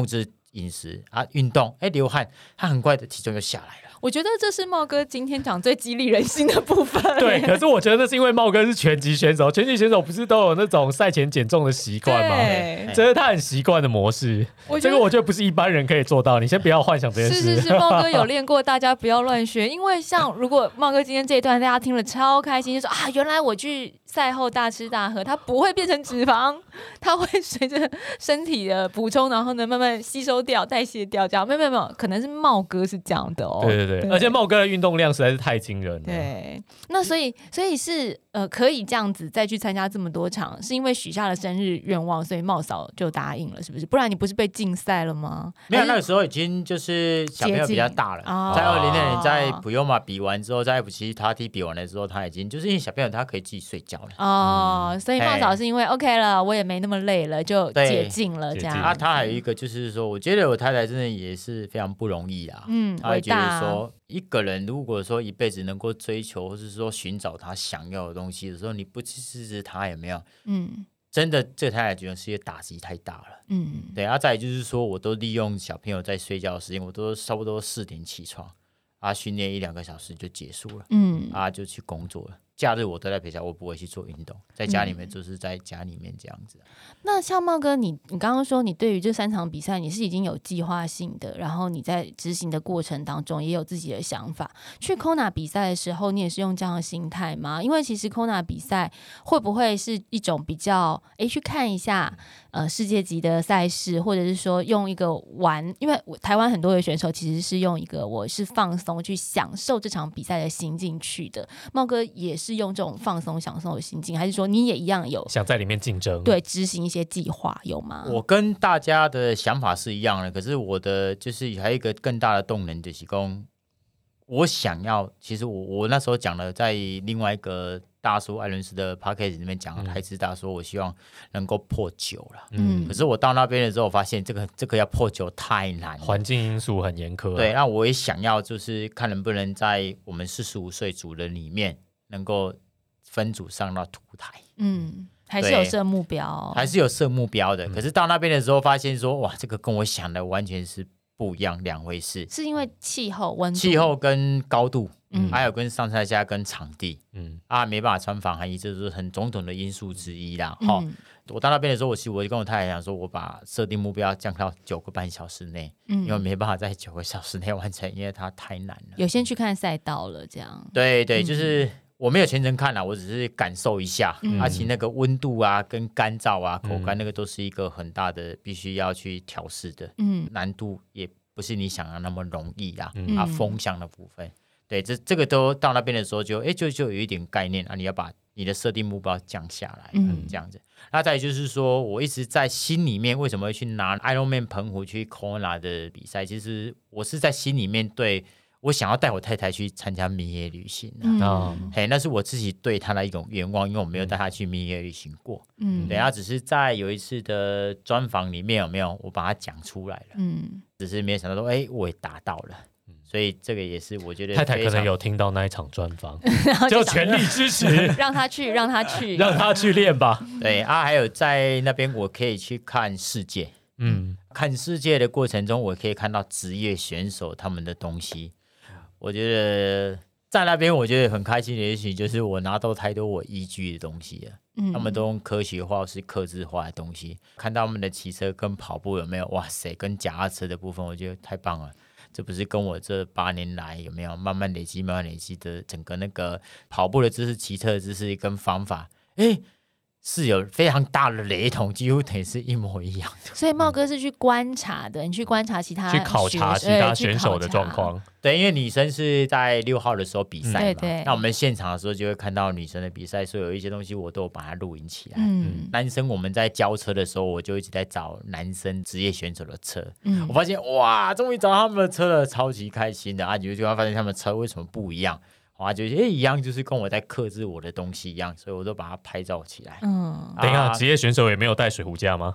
饮食啊，运动，哎，流汗，他很快的体重就下来了。 我觉得这是茂哥今天讲最激励人心的部分。 对，可是我觉得是因为茂哥是拳击选手，拳击选手不是都有那种赛前减重的习惯吗？这是他很习惯的模式。这个我觉得不是一般人可以做到，你先不要幻想这件事。 是是是，茂哥有练过，大家不要乱学。因为像如果茂哥今天这一段大家听了超开心，就说啊，原来我去赛后大吃大喝，它不会变成脂肪，它会随着身体的补充，然后呢慢慢吸收掉、代谢掉，这样没有没有没有，可能是茂哥是这样的哦。 对对对，对，而且茂哥的运动量实在是太惊人了。 对，那所以所以是呃可以这样子再去参加这么多场，是因为许下了生日愿望，所以茂嫂就答应了，是不是？不然你不是被禁赛了吗？ 没有，那个时候已经就是小朋友比较大了，哦、在二零六年在普悠玛比完之后，在 F 七 他踢比完的时候，他已经就是因为小朋友他可以自己睡觉了哦、嗯，所以茂嫂是因为 OK 了，我也没那么累了，就解禁了这样。 啊，他还有一个就是说，我觉得我太太真的也是非常不容易啦，嗯，他会觉得说。一个人如果说一辈子能够追求或是说寻找他想要的东西的时候，你不去支持他有没有？嗯，真的这太太觉得世界打击太大了。嗯，对啊，再来就是说，我都利用小朋友在睡觉的时间，我都差不多四点起床，啊，训练一两个小时就结束了。嗯，啊，就去工作了。假日我都在陪小，我不会去做运动，在家里面就是在家里面这样子。嗯、 那像茂哥，你你刚刚说你对于这三场比赛你是已经有计划性的，然后你在执行的过程当中也有自己的想法。去 Kona 比赛的时候，你也是用这样的心态吗？因为其实 Kona 比赛会不会是一种比较哎去看一下呃世界级的赛事，或者是说用一个玩？因为台湾很多的选手其实是用一个我是放松去享受这场比赛的心境去的。茂哥也是。是用这种放松享受的心境，还是说你也一样有想在里面竞争？ 对，执行一些计划有吗？ 我跟大家的想法是一样的，可是我的就是还有一个更大的动能，就是说我想要，其实我我那时候讲了，在另外一个大叔艾伦斯的 podcast 里面讲了，台资大说，我希望能够破九了。嗯，可是我到那边的时候，我发现这个这个要破九太难了， 环境因素很严苛、啊。 对，那我也想要，就是看能不能在我们四十五岁组的里面。能够分组上到凸台， 嗯，还是有设目标、哦， 还是有设目标的。嗯、可是到那边的时候，发现说，哇，这个跟我想的完全是不一样，两回事。 是因为气候、温度、 气候跟高度，嗯，还有跟上赛下跟场地，嗯，啊，没办法穿防寒衣，这是很种种的因素之一啦。哈、嗯，我到那边的时候，我其实我就跟我太太讲说，我把设定目标降到九个半小时内，嗯，因为没办法在九个小时内完成，因为它太难了。 有先去看赛道了，这样。 对对，就是。嗯我没有全程看啦，我只是感受一下，嗯、而且那个温度啊、跟干燥啊、口感那个都是一个很大的必须要去调试的，嗯，难度也不是你想的那么容易啦，嗯、啊，风向的部分，对，这这个都到那边的时候就，哎，就就有一点概念啊，你要把你的设定目标降下来，嗯，这样子。那再来就是说，我一直在心里面为什么会去拿 Ironman 澎湖去 Kona 的比赛，其实我是在心里面对。我想要带我太太去参加蜜月旅行、啊嗯嘿，那是我自己对她的一种愿望，因为我没有带她去蜜月旅行过。嗯，对，她只是在有一次的专访里面有没有我把它讲出来了？嗯，只是没有想到说，哎，我也达到了。嗯、所以这个也是我觉得太太可能有听到那一场专访，就全力支持， 让她去，让她去， 让她去练吧。 对啊，还有在那边我可以去看世界。嗯，看世界的过程中，我可以看到职业选手他们的东西。我觉得在那边，我觉得很开心的事情就是我拿到太多我依据的东西了。嗯，他们都用科学化或是客制化的东西，看到他们的骑车跟跑步有没有？哇塞，跟脚踏车的部分，我觉得太棒了。这不是跟我这八年来有没有慢慢累积、慢慢累积的整个那个跑步的知识、骑车的知识跟方法？哎。是有非常大的雷同，几乎等于是一模一样的。 所以茂哥是去观察的，你去观察其他去考察其他选手的状况。 对，因为女生是在六号的时候比赛嘛、嗯对对，那我们现场的时候就会看到女生的比赛，所以有一些东西我都有把它录影起来。嗯，男生我们在交车的时候，我就一直在找男生职业选手的车。嗯，我发现哇，终于找到他们的车了，超级开心的啊！你就会发现他们的车为什么不一样。啊，就是一样，就是跟我在克制我的东西一样，所以我都把它拍照起来。嗯， 等一下，职业选手也没有带水壶架吗？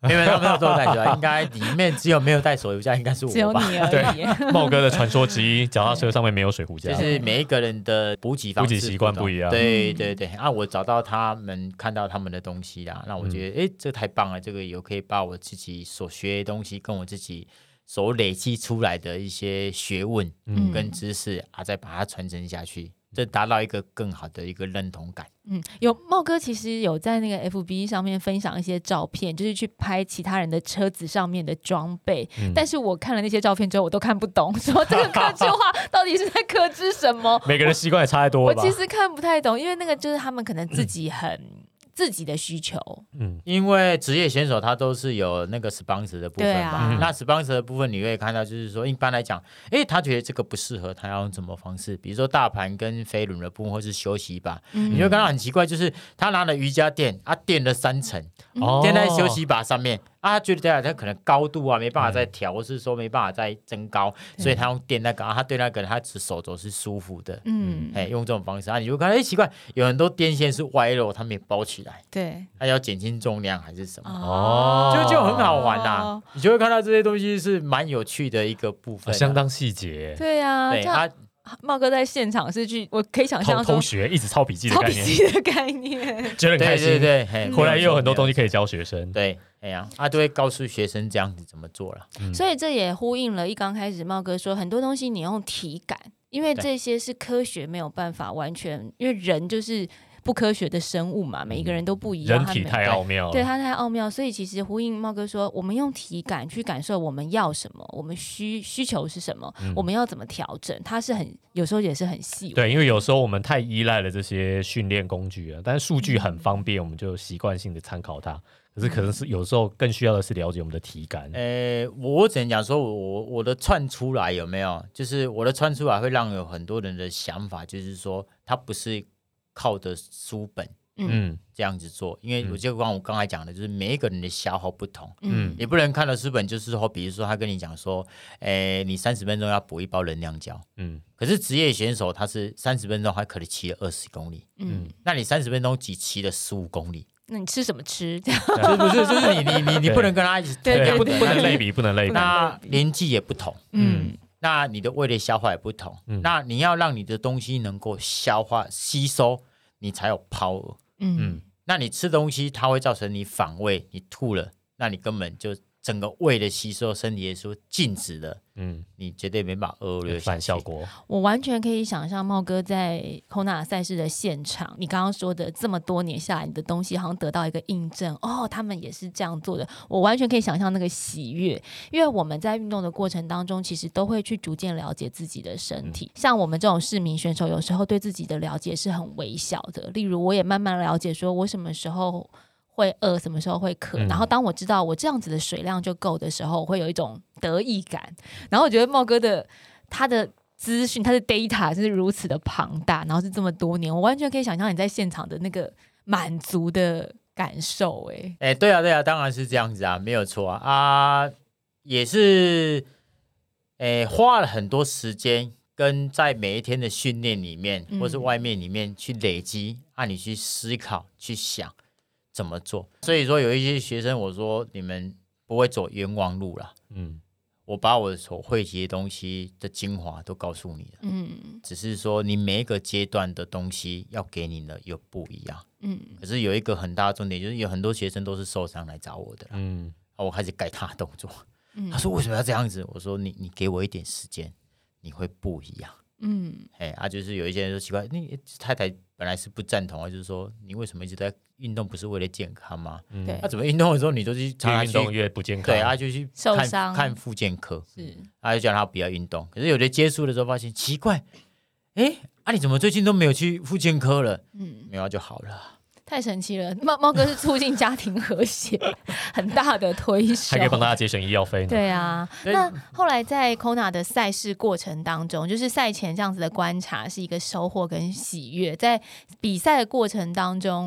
没有没有没有做带手，应该里面只有没有带手架，应该是我吧？ 只有你而已。 对，茂哥的传说之一，脚踏车上面没有水壶架， 就是每一个人的补给方式、 补给习惯不一样。 对对对，啊，我找到他们，看到他们的东西啦，那我觉得，哎、嗯，这太棒了，这个有可以把我自己所学的东西，跟我自己所累积出来的一些学问跟知识、嗯、啊，再把它传承下去。这达到一个更好的一个认同感。 嗯，有茂哥其实有在那个 F B 上面分享一些照片，就是去拍其他人的车子上面的装备、嗯、但是我看了那些照片之后我都看不懂，说这个客制化到底是在克制什么每个人习惯也差太多了吧。 我其实看不太懂，因为那个就是他们可能自己很、嗯自己的需求， 嗯，因为职业选手他都是有那个 sponsor 的部分嘛、啊、那 sponsor 的部分你会看到就是说一般来讲，哎，他觉得这个不适合他要用什么方式，比如说大盘跟飞轮的部分或是休息把、嗯、你会看到很奇怪，就是他拿了瑜伽垫啊垫了三层、嗯、垫在休息把上面啊，他觉得他可能高度啊没办法再调、嗯、或是说没办法再增高，所以他用垫那个、啊、他对那个他手肘是舒服的，嗯，哎，用这种方式啊，你就看哎奇怪，有很多电线是歪了他没包起来， 对， 他要减轻重量还是什么哦，就就很好玩啦、啊，你就会看到这些东西是蛮有趣的一个部分、啊， 相当细节， 对啊，对啊。茂哥在现场是去，我可以想象偷偷学，一直抄笔记的概念， 抄笔记的概念， 觉得很开心。 对对对， 回来也有很多东西可以教学生。 对，哎呀，他都会告诉学生这样子怎么做了。 嗯、所以这也呼应了一刚开始茂哥说，很多东西你用体感，因为这些是科学没有办法完全，因为人就是不科学的生物嘛，每一个人都不一样， 人体太奥妙了， 对，它太奥妙，所以其实呼应茂哥说，我们用体感去感受我们要什么，我们需需求是什么、嗯，我们要怎么调整，它是很有时候也是很细微。 对，因为有时候我们太依赖了这些训练工具啊，但是数据很方便，嗯、我们就习惯性的参考它。可是可能是有时候更需要的是了解我们的体感。 呃，我只能讲说我我的串出来有没有，就是我的串出来会让有很多人的想法，就是说它不是靠的书本，嗯，这样子做，因为我就刚我刚才讲的，就是每一个人的消耗不同，嗯，也不能看的书本，就是说，比如说他跟你讲说，诶，你三十分钟要补一包能量胶，嗯，可是职业选手他是三十分钟还可以骑了二十公里，嗯，那你三十分钟只骑了十五公里。 那你吃什么吃？ 是不是？就是你你你你不能跟他一起， 对对对， 不能类比，不能类比。 那年纪也不同，嗯，那你的胃的消化也不同，嗯，那你要让你的东西能够消化吸收，你才有 power，嗯，那你吃东西它会造成你反胃，你吐了，那你根本就整个胃的吸收，身体的说静止了，嗯，你绝对没办法恶劣反效果。 我完全可以想象茂哥在 Kona 赛事的现场，你刚刚说的这么多年下来，你的东西好像得到一个印证，哦，他们也是这样做的。我完全可以想象那个喜悦，因为我们在运动的过程当中，其实都会去逐渐了解自己的身体。嗯、像我们这种市民选手，有时候对自己的了解是很微小的。例如，我也慢慢了解，说我什么时候会饿，什么时候会渴、嗯、然后当我知道我这样子的水量就够的时候，我会有一种得意感。然后我觉得茂哥的他的资讯，他的 data 是如此的庞大，然后是这么多年，我完全可以想象你在现场的那个满足的感受。哎、 欸欸、对啊对啊，当然是这样子啊，没有错啊啊，也是哎、欸、花了很多时间跟在每一天的训练里面、嗯、或是外面里面去累积，让你去思考去想怎么做。所以说有一些学生我说你们不会走冤枉路啦，嗯，我把我所汇集的东西的精华都告诉你了，嗯，只是说你每一个阶段的东西要给你的又不一样，嗯，可是有一个很大的重点就是有很多学生都是受伤来找我的啦，嗯，我开始改他的动作，嗯，他说为什么要这样子？我说你你给我一点时间，你会不一样。嗯，哎啊，就是有一些人说奇怪，你太太本来是不赞同啊，就是说你为什么一直在运动，不是为了健康吗？对、嗯，那、啊、怎么运动的时候你都去常常越运动越不健康？ 对啊，就去受伤看复健科，是，啊就叫他不要运动。可是有的接触的时候发现奇怪，哎啊你怎么最近都没有去复健科了？嗯，没有就好了。 太神奇了，猫猫哥是促进家庭和谐很大的推手， 还可以帮大家节省医药费呢。 对啊，那后来在 Kona 的赛事过程当中，就是赛前这样子的观察是一个收获跟喜悦，在比赛的过程当中，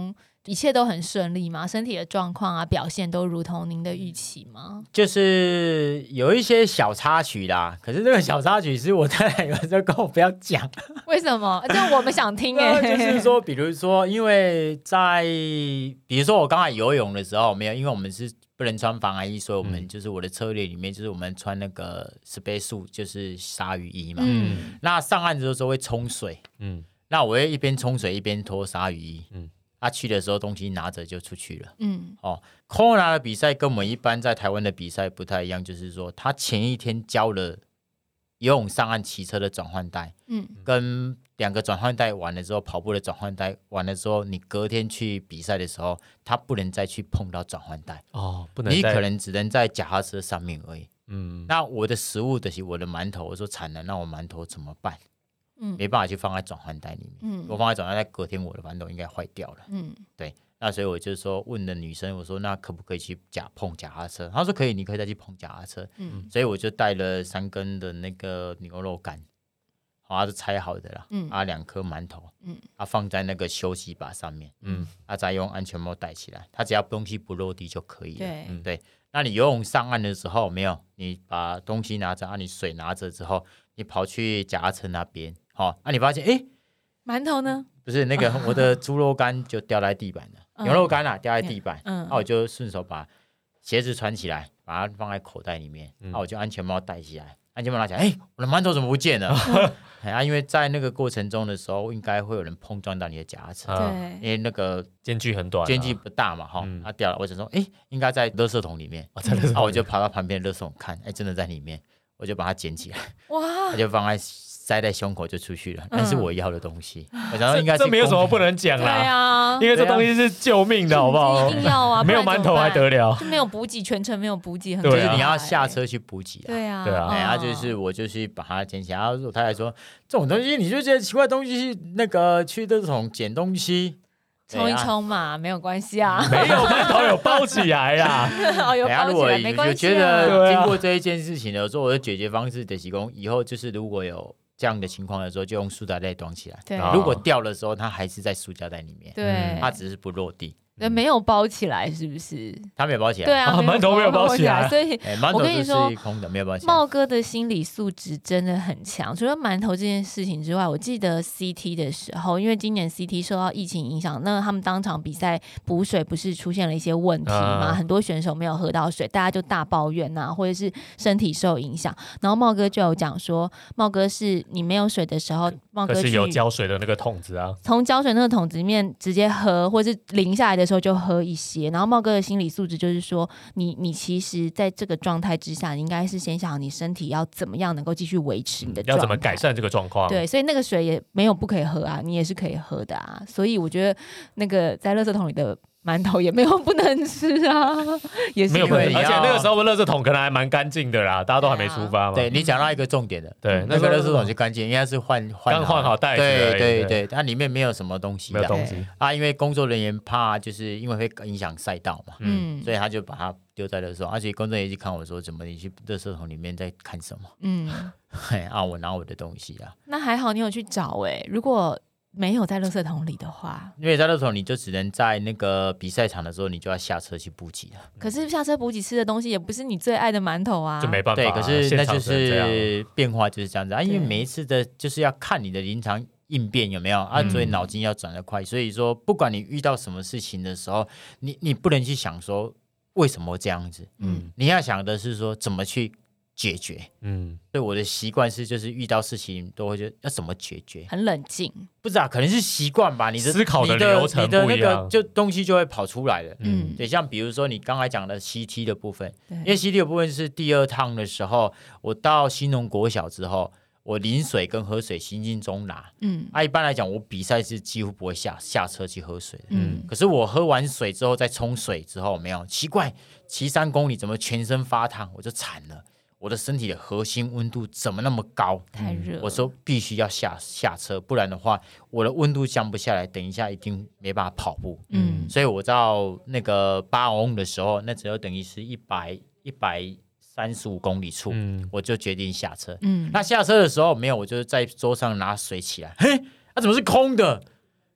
一切都很顺利吗？身体的状况啊，表现都如同您的预期吗？ 就是有一些小插曲啦，可是这个小插曲是我太太有时候跟我不要讲。 为什么？这我们想听哎、 欸。就是说，比如说，因为在比如说我刚才游泳的时候没有，因为我们是不能穿防寒衣，所以我们就是我的策略里面就是我们穿那个 space suit， 就是鲨鱼衣嘛。嗯。那上岸的时候会冲水，嗯，那我会一边冲水一边脱鲨鱼衣，嗯。他去的时候东西拿着就出去了。嗯，哦 ，Kona 的比赛跟我们一般在台湾的比赛不太一样，就是说他前一天教了游泳上岸骑车的转换带，嗯，跟两个转换带完了之后，跑步的转换带完了之后，你隔天去比赛的时候，他不能再去碰到转换带哦，不能，你可能只能在脚踏车上面而已。嗯，那我的食物的是我的馒头，我说惨了，那我馒头怎么办？嗯，没办法去放在转换袋里面，嗯，我放在转换袋，隔天我的馒头应该坏掉了，嗯，对，那所以我就说问了女生，我说那可不可以去假碰脚踏车？她说可以，你可以再去碰脚踏车，嗯，所以我就带了三根的那个牛肉干，好，它是拆好的啦，嗯，啊，两颗馒头，嗯，啊，放在那个休息把上面，嗯，啊，再用安全帽戴起来，它只要东西不落地就可以了，对，嗯，对，那你游泳上岸的时候没有，你把东西拿着，啊，你水拿着之后，你跑去脚踏车那边。哦，啊！你发现，哎， 馒头呢？ 不是那个，我的猪肉干就掉在地板了，嗯、牛肉干啊掉在地板，嗯，那、啊、我就顺手把鞋子穿起来，把它放在口袋里面，那、嗯啊、我就安全帽戴起来，安全帽拿起来，哎，我的馒头怎么不见了？啊，因为在那个过程中的时候，应该会有人碰撞到你的脚踏车，对，因为那个间距很短、啊， 间距不大嘛，哈、嗯，它、啊、掉了，我就说，哎，应该在垃圾桶里面，哦、在垃圾桶里面，啊，我就跑到旁边的垃圾桶看，哎，真的在里面，我就把它捡起来，哇，它就放在。塞在胸口就出去了，那是我要的东西。嗯、我想说应该是这, 这没有什么不能讲啦，对啊，因为这东西是救命的，好不好？ 一定要啊， 没有馒头还得了？ 就没有补给，全程没有补给，很就是你要下车去补给、啊。 对啊， 对啊，然后、欸、就是我就去把它捡起来。然后我太太说，这种东西你就觉得奇怪的东西，那个去这种捡东西。 冲一冲嘛，没有关系啊。 没有馒头有包起来啦。 哦，有包起来没关系、啊。 我觉得经过这一件事情呢，我说我的解决方式就是说，以后就是如果有这样的情况的时候，就用塑胶袋装起来。对，如果掉的时候，它还是在塑胶袋里面。对，它只是不落地。 对，没有包起来，是不是？ 他没有包起来。 对啊， 馒头没有包起来， 所以我跟你说， 空的没有包起来。 茂哥的心理素质真的很强。除了馒头这件事情之外，我记得 C T 的时候，因为今年 C T 受到疫情影响，那他们当场比赛补水不是出现了一些问题嘛？嗯、很多选手没有喝到水，大家就大抱怨呐、啊，或者是身体受影响。然后茂哥就有讲说，茂哥是你没有水的时候，茂哥是有浇水的那个桶子啊， 从浇水那个桶子里面直接喝，或是淋下来的时候就喝一些。然后茂哥的心理素质就是说，你你其实在这个状态之下，你应该是先想你身体要怎么样能够继续维持你的状态、嗯、 要怎么改善这个状况。 对，所以那个水也没有不可以喝啊，你也是可以喝的啊。所以我觉得那个在垃圾桶里的馒头也没有不能吃啊，也是没有不能，而且那个时候的垃圾桶可能还蛮干净的啦，大家都还没出发嘛。 对，你讲到一个重点的， 对， 那个垃圾桶就干净，应该是换换刚换好袋子， 对对对，它里面没有什么东西， 没有东西啊，因为工作人员怕就是因为会影响赛道嘛，嗯，所以他就把它丢在垃圾桶，而且工作人员去看我说，怎么你去垃圾桶里面在看什么？嗯，啊，我拿我的东西啊， 那还好你有去找哎、欸，如果。没有在垃圾桶里的话， 因为在垃圾桶你就只能在那个比赛场的时候，你就要下车去补给了。 可是下车补给吃的东西也不是你最爱的馒头啊， 就没办法、啊。 对，可是那就是变化就是这样子啊，因为每一次的就是要看你的临场应变有没有啊，所以脑筋要转得快。嗯、所以说，不管你遇到什么事情的时候，你你不能去想说为什么这样子，嗯，你要想的是说怎么去。解决，嗯，所以我的习惯是，就是遇到事情都会觉得要怎么解决， 很冷静。 不知道、啊，可能是习惯吧。你的思考的流程不一样， 你的那个就东西就会跑出来了。嗯，对，像比如说你刚才讲的 C T 的部分，因为 C T 的部分是第二趟的时候，我到新农国小之后，我淋水跟喝水行进中拿。嗯，啊，一般来讲，我比赛是几乎不会下下车去喝水的。嗯，可是我喝完水之后再冲水之后，没有奇怪，骑三公里怎么全身发烫，我就惨了。我的身体的核心温度怎么那么高？ 太热了。 我说必须要下下车，不然的话，我的温度降不下来，等一下一定没办法跑步。嗯，所以我到那个巴翁的时候，那只有等于是一百一百三十五公里处，嗯、我就决定下车。嗯，那下车的时候没有，我就在桌上拿水起来，嘿，它、啊、怎么是空的？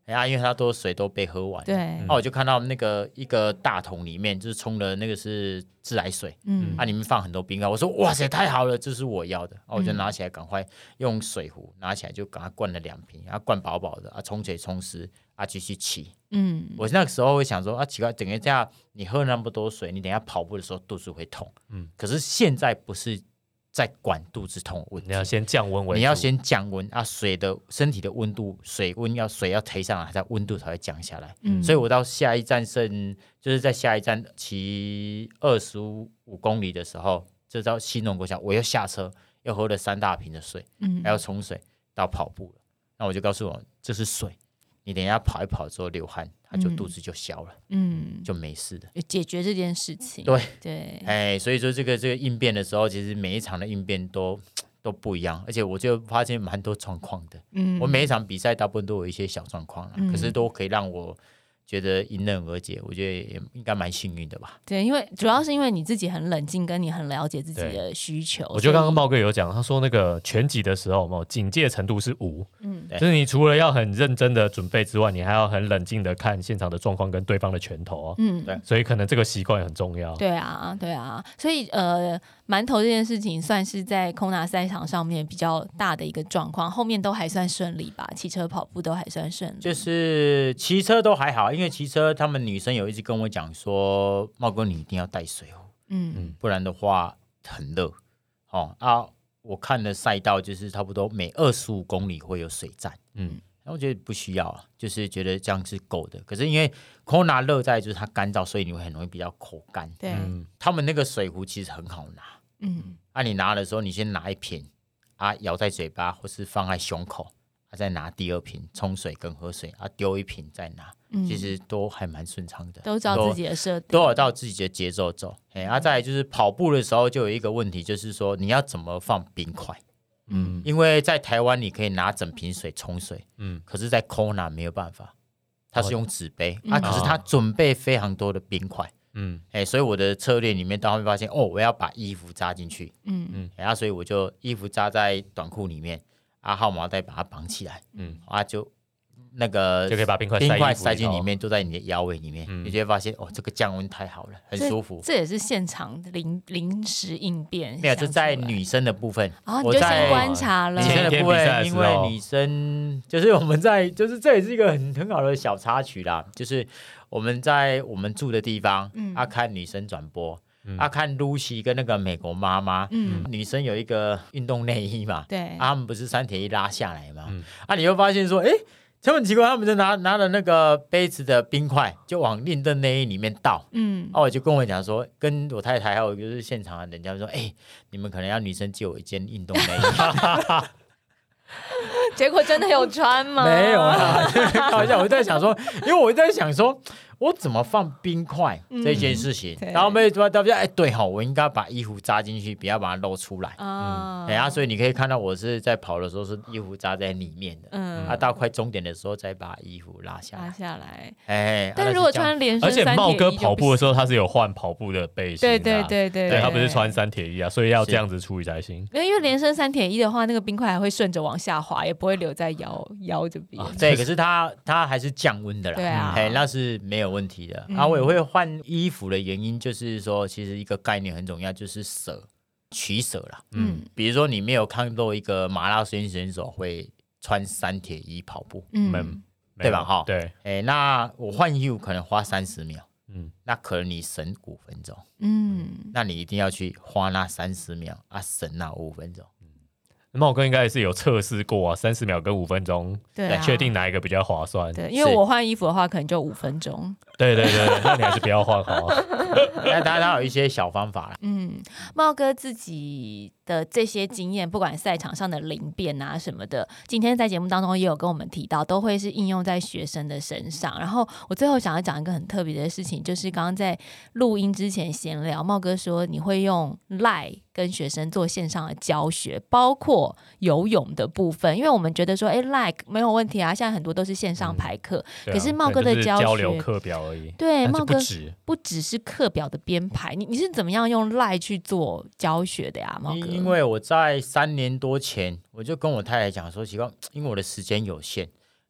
哎呀，因为它都水都被喝完， 对， 那、啊、我就看到那个一个大桶里面就是冲的那个是自来水，嗯，啊里面放很多冰块，我说哇塞太好了，这是我要的，啊我就拿起来赶快用水壶拿起来就赶快灌了两瓶，啊灌饱饱的，啊冲水冲湿，啊继续骑，嗯，我那个时候会想说啊奇怪，等一下你喝那么多水，你等一下跑步的时候肚子会痛，嗯，可是现在不是在管肚子痛的问题， 你要先降温为主， 你要先降温啊，水的身体的温度，水温要水要推上来，它温度才会降下来。嗯，所以我到下一站剩就是在下一站骑二十五公里的时候，就到西农国小，我又下车又喝了三大瓶的水，嗯，还要冲水到跑步了。那我就告诉我这是水，你等一下跑一跑之后流汗，它就肚子就消了，嗯，就没事的， 解决这件事情。 对对， 哎，所以说这个这个应变的时候，其实每一场的应变都都不一样，而且我就发现蛮多状况的。嗯，我每一场比赛大部分都有一些小状况啦，嗯，可是都可以让我觉得迎刃而解，我觉得也应该蛮幸运的吧。 对，因为主要是因为你自己很冷静，跟你很了解自己的需求。 我觉得刚刚茂哥有讲，他说那个拳击的时候，警戒程度是五，嗯，就是你除了要很认真的准备之外，你还要很冷静的看现场的状况跟对方的拳头哦。嗯，对，所以可能这个习惯很重要。 对啊，对啊，所以呃，馒头这件事情算是在Kona赛场上面比较大的一个状况，后面都还算顺利吧，骑车跑步都还算顺利。 就是骑车都还好，因为骑车他们女生有一直跟我讲说，茂哥你一定要带水壶，嗯，不然的话很热。哦啊，我看的赛道就是差不多每二十五公里会有水站，嗯，我觉得不需要啊，就是觉得这样是够的。可是因为 Kona 热在就是它干燥，所以你会很容易比较口干。 对，嗯， 他们那个水壶其实很好拿，嗯，啊，你拿的时候你先拿一瓶啊，咬在嘴巴或是放在胸口。啊、再拿第二瓶冲水跟喝水啊，丢一瓶再拿，嗯，其实都还蛮顺畅的， 都照自己的设定， 都有照自己的节奏走。哎，啊，再来就是跑步的时候就有一个问题，就是说你要怎么放冰块，嗯，因为在台湾你可以拿整瓶水冲水，嗯，可是在 Kona 没有办法，它是用纸杯，哦，啊，可是它准备非常多的冰块。嗯，哎，所以我的策略里面，当会发现哦，我要把衣服扎进去，嗯嗯，然后所以我就衣服扎在短裤里面。啊，号码带把它绑起来，嗯，啊，就那个就可以把冰块冰块塞进里面，都在你的腰围里面，嗯，你就会发现哦，这个降温太好了，很舒服。 这, 这也是现场临临时应变， 没有，这在女生的部分， 哦，你就先观察了。 女生的部分，因为女生就是我们在，就是这也是一个很很好的小插曲啦，就是我们在我们住的地方，嗯，啊，看女生转播。嗯、啊，看 Lucy 跟那个美国妈妈，嗯，女生有一个运动内衣嘛， 对， 啊，他们不是三铁一拉下来嘛，嗯，啊，你会发现说，哎，他们奇怪，他们就拿拿了那个杯子的冰块，就往运动内衣里面倒，嗯，啊，我就跟我讲说，跟我太太还有就是现场的人家说，哎，你们可能要女生借我一件运动内衣。 结果真的有穿吗？ 没有啊，开玩笑。我在想说，因为我在想说，我怎么放冰块这件事情，嗯、然后没说大家哎，对哈，我应该把衣服扎进去，不要把它露出来。啊、嗯，然后所以你可以看到我是在跑的时候是衣服扎在里面的，嗯，啊，到快终点的时候再把衣服拉下来。 拉下来， 哎， 但是如果穿连身， 而且茂哥跑步的时候他是有换跑步的背心、啊， 对对对对， 对他不是穿三铁衣啊，所以要这样子处理才行。 因为连身三铁衣的话，那个冰块还会顺着往下滑，也不会留在腰腰这边。 啊、对，可是它它还是降温的啦， 对啊， 哎，那是没有问题的。然后、嗯啊、我也会换衣服的原因，就是说，其实一个概念很重要，就是舍取舍啦。嗯，比如说你没有看到一个马拉松选手会穿三铁衣跑步，嗯，对吧？哈， 对， 哎，那我换衣服可能花三十秒，嗯，那可能你省五分钟，嗯，那你一定要去花那三十秒啊，省那五分钟。 茂哥应该也是有测试过啊，三十秒跟五分钟，对，确定哪一个比较划算。 对，因为我换衣服的话，可能就五分钟。 对对对，那你还是不要换好啊。 那当然有一些小方法啦。 嗯，茂哥自己的这些经验，不管赛场上的灵变啊什么的，今天在节目当中也有跟我们提到，都会是应用在学生的身上。然后我最后想要讲一个很特别的事情，就是刚刚在录音之前闲聊，茂哥说你会用 Line 跟学生做线上的教学，包括游泳的部分，因为我们觉得说，哎 ，Line 没有问题啊，现在很多都是线上排课，嗯啊、可是茂哥的教学交流课表而已。 对，茂哥不只不只是课表的编排，你你是怎么样用 Line 去做教学的呀，茂哥？ 因为我在三年多前，我就跟我太太讲说，奇怪，因为我的时间有限，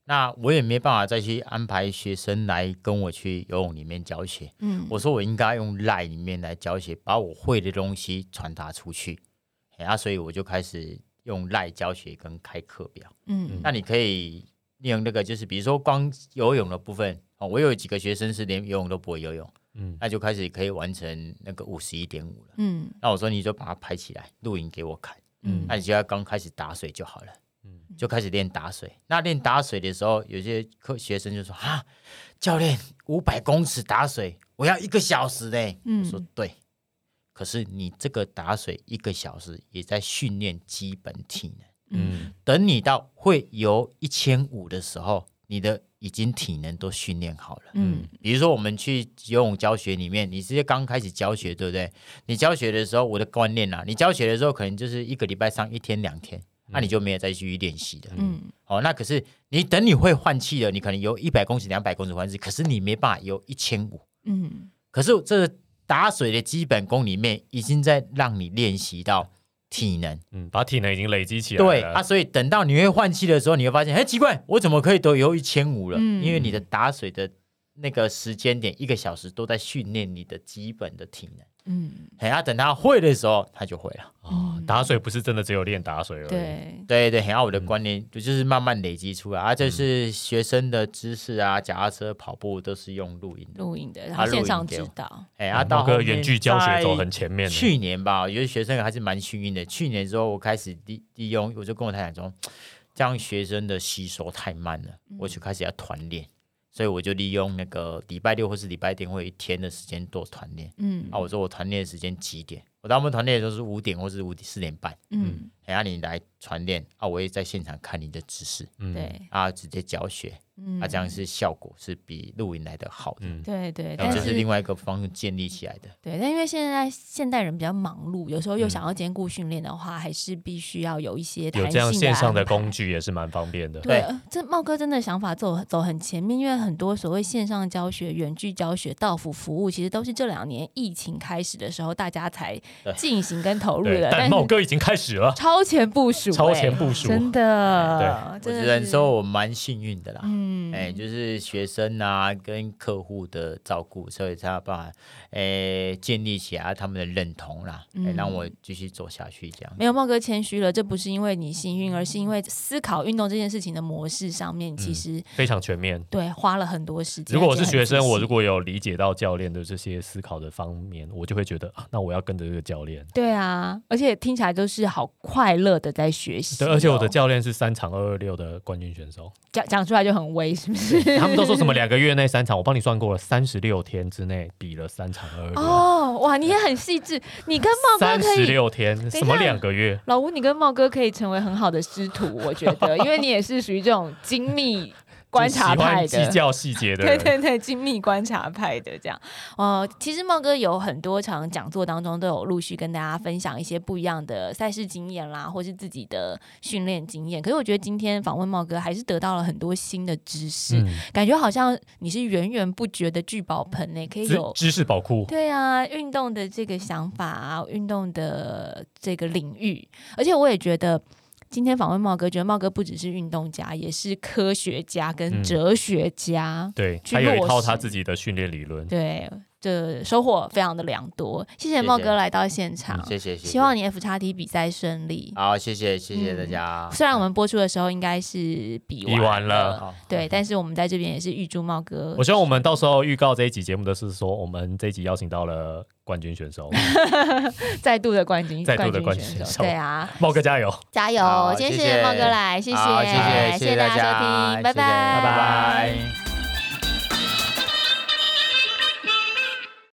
那我也没办法再去安排学生来跟我去游泳里面教学。嗯，我说我应该用 LINE 里面来教学，把我会的东西传达出去。啊，所以我就开始用 LINE 教学跟开课表。嗯，那你可以利用那个，就是比如说光游泳的部分，哦，我有几个学生是连游泳都不会游泳。嗯，那就开始可以完成那个五十一点五了。嗯，那我说你就把它拍起来，录影给我看。嗯，那你就要刚开始打水就好了。嗯，就开始练打水。那练打水的时候，有些课学生就说：“啊，教练，五百公尺打水，我要一个小时嘞。”嗯，我说对。可是你这个打水一个小时，也在训练基本体能。嗯，等你到会游一千五的时候，你的已经体能都训练好了。嗯，比如说我们去游泳教学里面，你是刚开始教学，对不对？你教学的时候，我的观念啊，你教学的时候可能就是一个礼拜上一天两天，那、嗯啊、你就没有再去练习的。嗯，好、哦，那可是你等你会换气了，你可能游一百公尺、两百公尺换气，可是你没办法游一千五。嗯，可是这个打水的基本功里面，已经在让你练习到体能， 嗯，把体能已经累积起来了。 对啊，所以等到你会换气的时候，你会发现，哎，奇怪，我怎么可以都游一千五了？嗯，因为你的打水的那个时间点，一个小时都在训练你的基本的体能。嗯，哎，啊，等他会的时候，他就会了。 哦，打水不是真的只有练打水而已。 对对对，很好，我的观念就是慢慢累积出来，啊，就是学生的知识啊，脚踏车、跑步都是用录影的， 录影的，然后线上指导。 哎，啊，到个远距教学走很前面。 去年吧，有些学生还是蛮幸运的。去年之后，我开始利利用，我就跟我太太说，这样学生的吸收太慢了，嗯、我就开始要团练。所以我就利用那个礼拜六或是礼拜天会有一天的时间做团练。嗯，啊，我说我团练的时间几点？我大部分团练的都是五点或是五四点半。嗯，然后、啊、你来团练啊，我也在现场看你的指示。嗯，对，啊，直接教学。嗯，啊，这样是效果是比录影来的好的。嗯， 对对， 然后这是另外一个方式建立起来的。 对，但因为现在现代人比较忙碌，有时候又想要兼顾训练的话，嗯、还是必须要有一些弹性的有这样线上的工具也是蛮方便的。 对，这茂哥真的想法走走很前面，因为很多所谓线上教学、远距教学、到府服务，其实都是这两年疫情开始的时候，大家才进行跟投入的。 但茂哥已经开始了， 超前部署、欸， 超前部署， 真的。 对，我只能说我蛮幸运的啦。嗯，哎、欸，就是学生啊跟客户的照顾，所以才有办法哎、欸、建立起来他们的认同啦，嗯欸、让我继续走下去这样。 没有，茂哥谦虚了，这不是因为你幸运，而是因为思考运动这件事情的模式上面，其实、嗯、 非常全面， 对，花了很多时间。 如果我是学生，我如果有理解到教练的这些思考的方面，我就会觉得啊，那我要跟着这个教练。 对啊，而且听起来都是好快乐的在学习、哦。 对，而且我的教练是三场二二六的冠军选手， 讲讲出来就很威，是不是？ 他们都说什么两个月内三场，我帮你算过了，三十六天之内比了三场二二六。 哦，哇，你也很细致，你跟茂哥可以三十六天，什么两个月？ 老吴，你跟茂哥可以成为很好的师徒，我觉得，因为你也是属于这种精密观察派的， 喜欢计较细节的人， 对对对，精密观察派的这样。呃，其实茂哥有很多场讲座当中都有陆续跟大家分享一些不一样的赛事经验啦，或是自己的训练经验。可是我觉得今天访问茂哥还是得到了很多新的知识，嗯、感觉好像你是源源不绝的聚宝盆呢，可以有知识宝库。 对啊，运动的这个想法啊，运动的这个领域，而且我也觉得。今天访问茂哥，觉得茂哥不只是运动家，也是科学家跟哲学家。 嗯、对，他有一套他自己的训练理论。 对，这收获非常的良多。谢谢茂哥来到现场， 谢谢，谢谢。 希望你 F X T 比赛顺利。 好，谢谢，谢谢大家。 嗯、虽然我们播出的时候应该是比完了， 比完了对，但是我们在这边也是预祝茂哥。 我希望我们到时候预告这一集节目的是说，我们这一集邀请到了冠军选手， 再度的冠军， 再度的冠军选手， 对啊， 茂哥加油， 加油！今天谢谢茂哥来，谢谢， 谢谢， 谢谢大家收听，拜拜， 拜拜。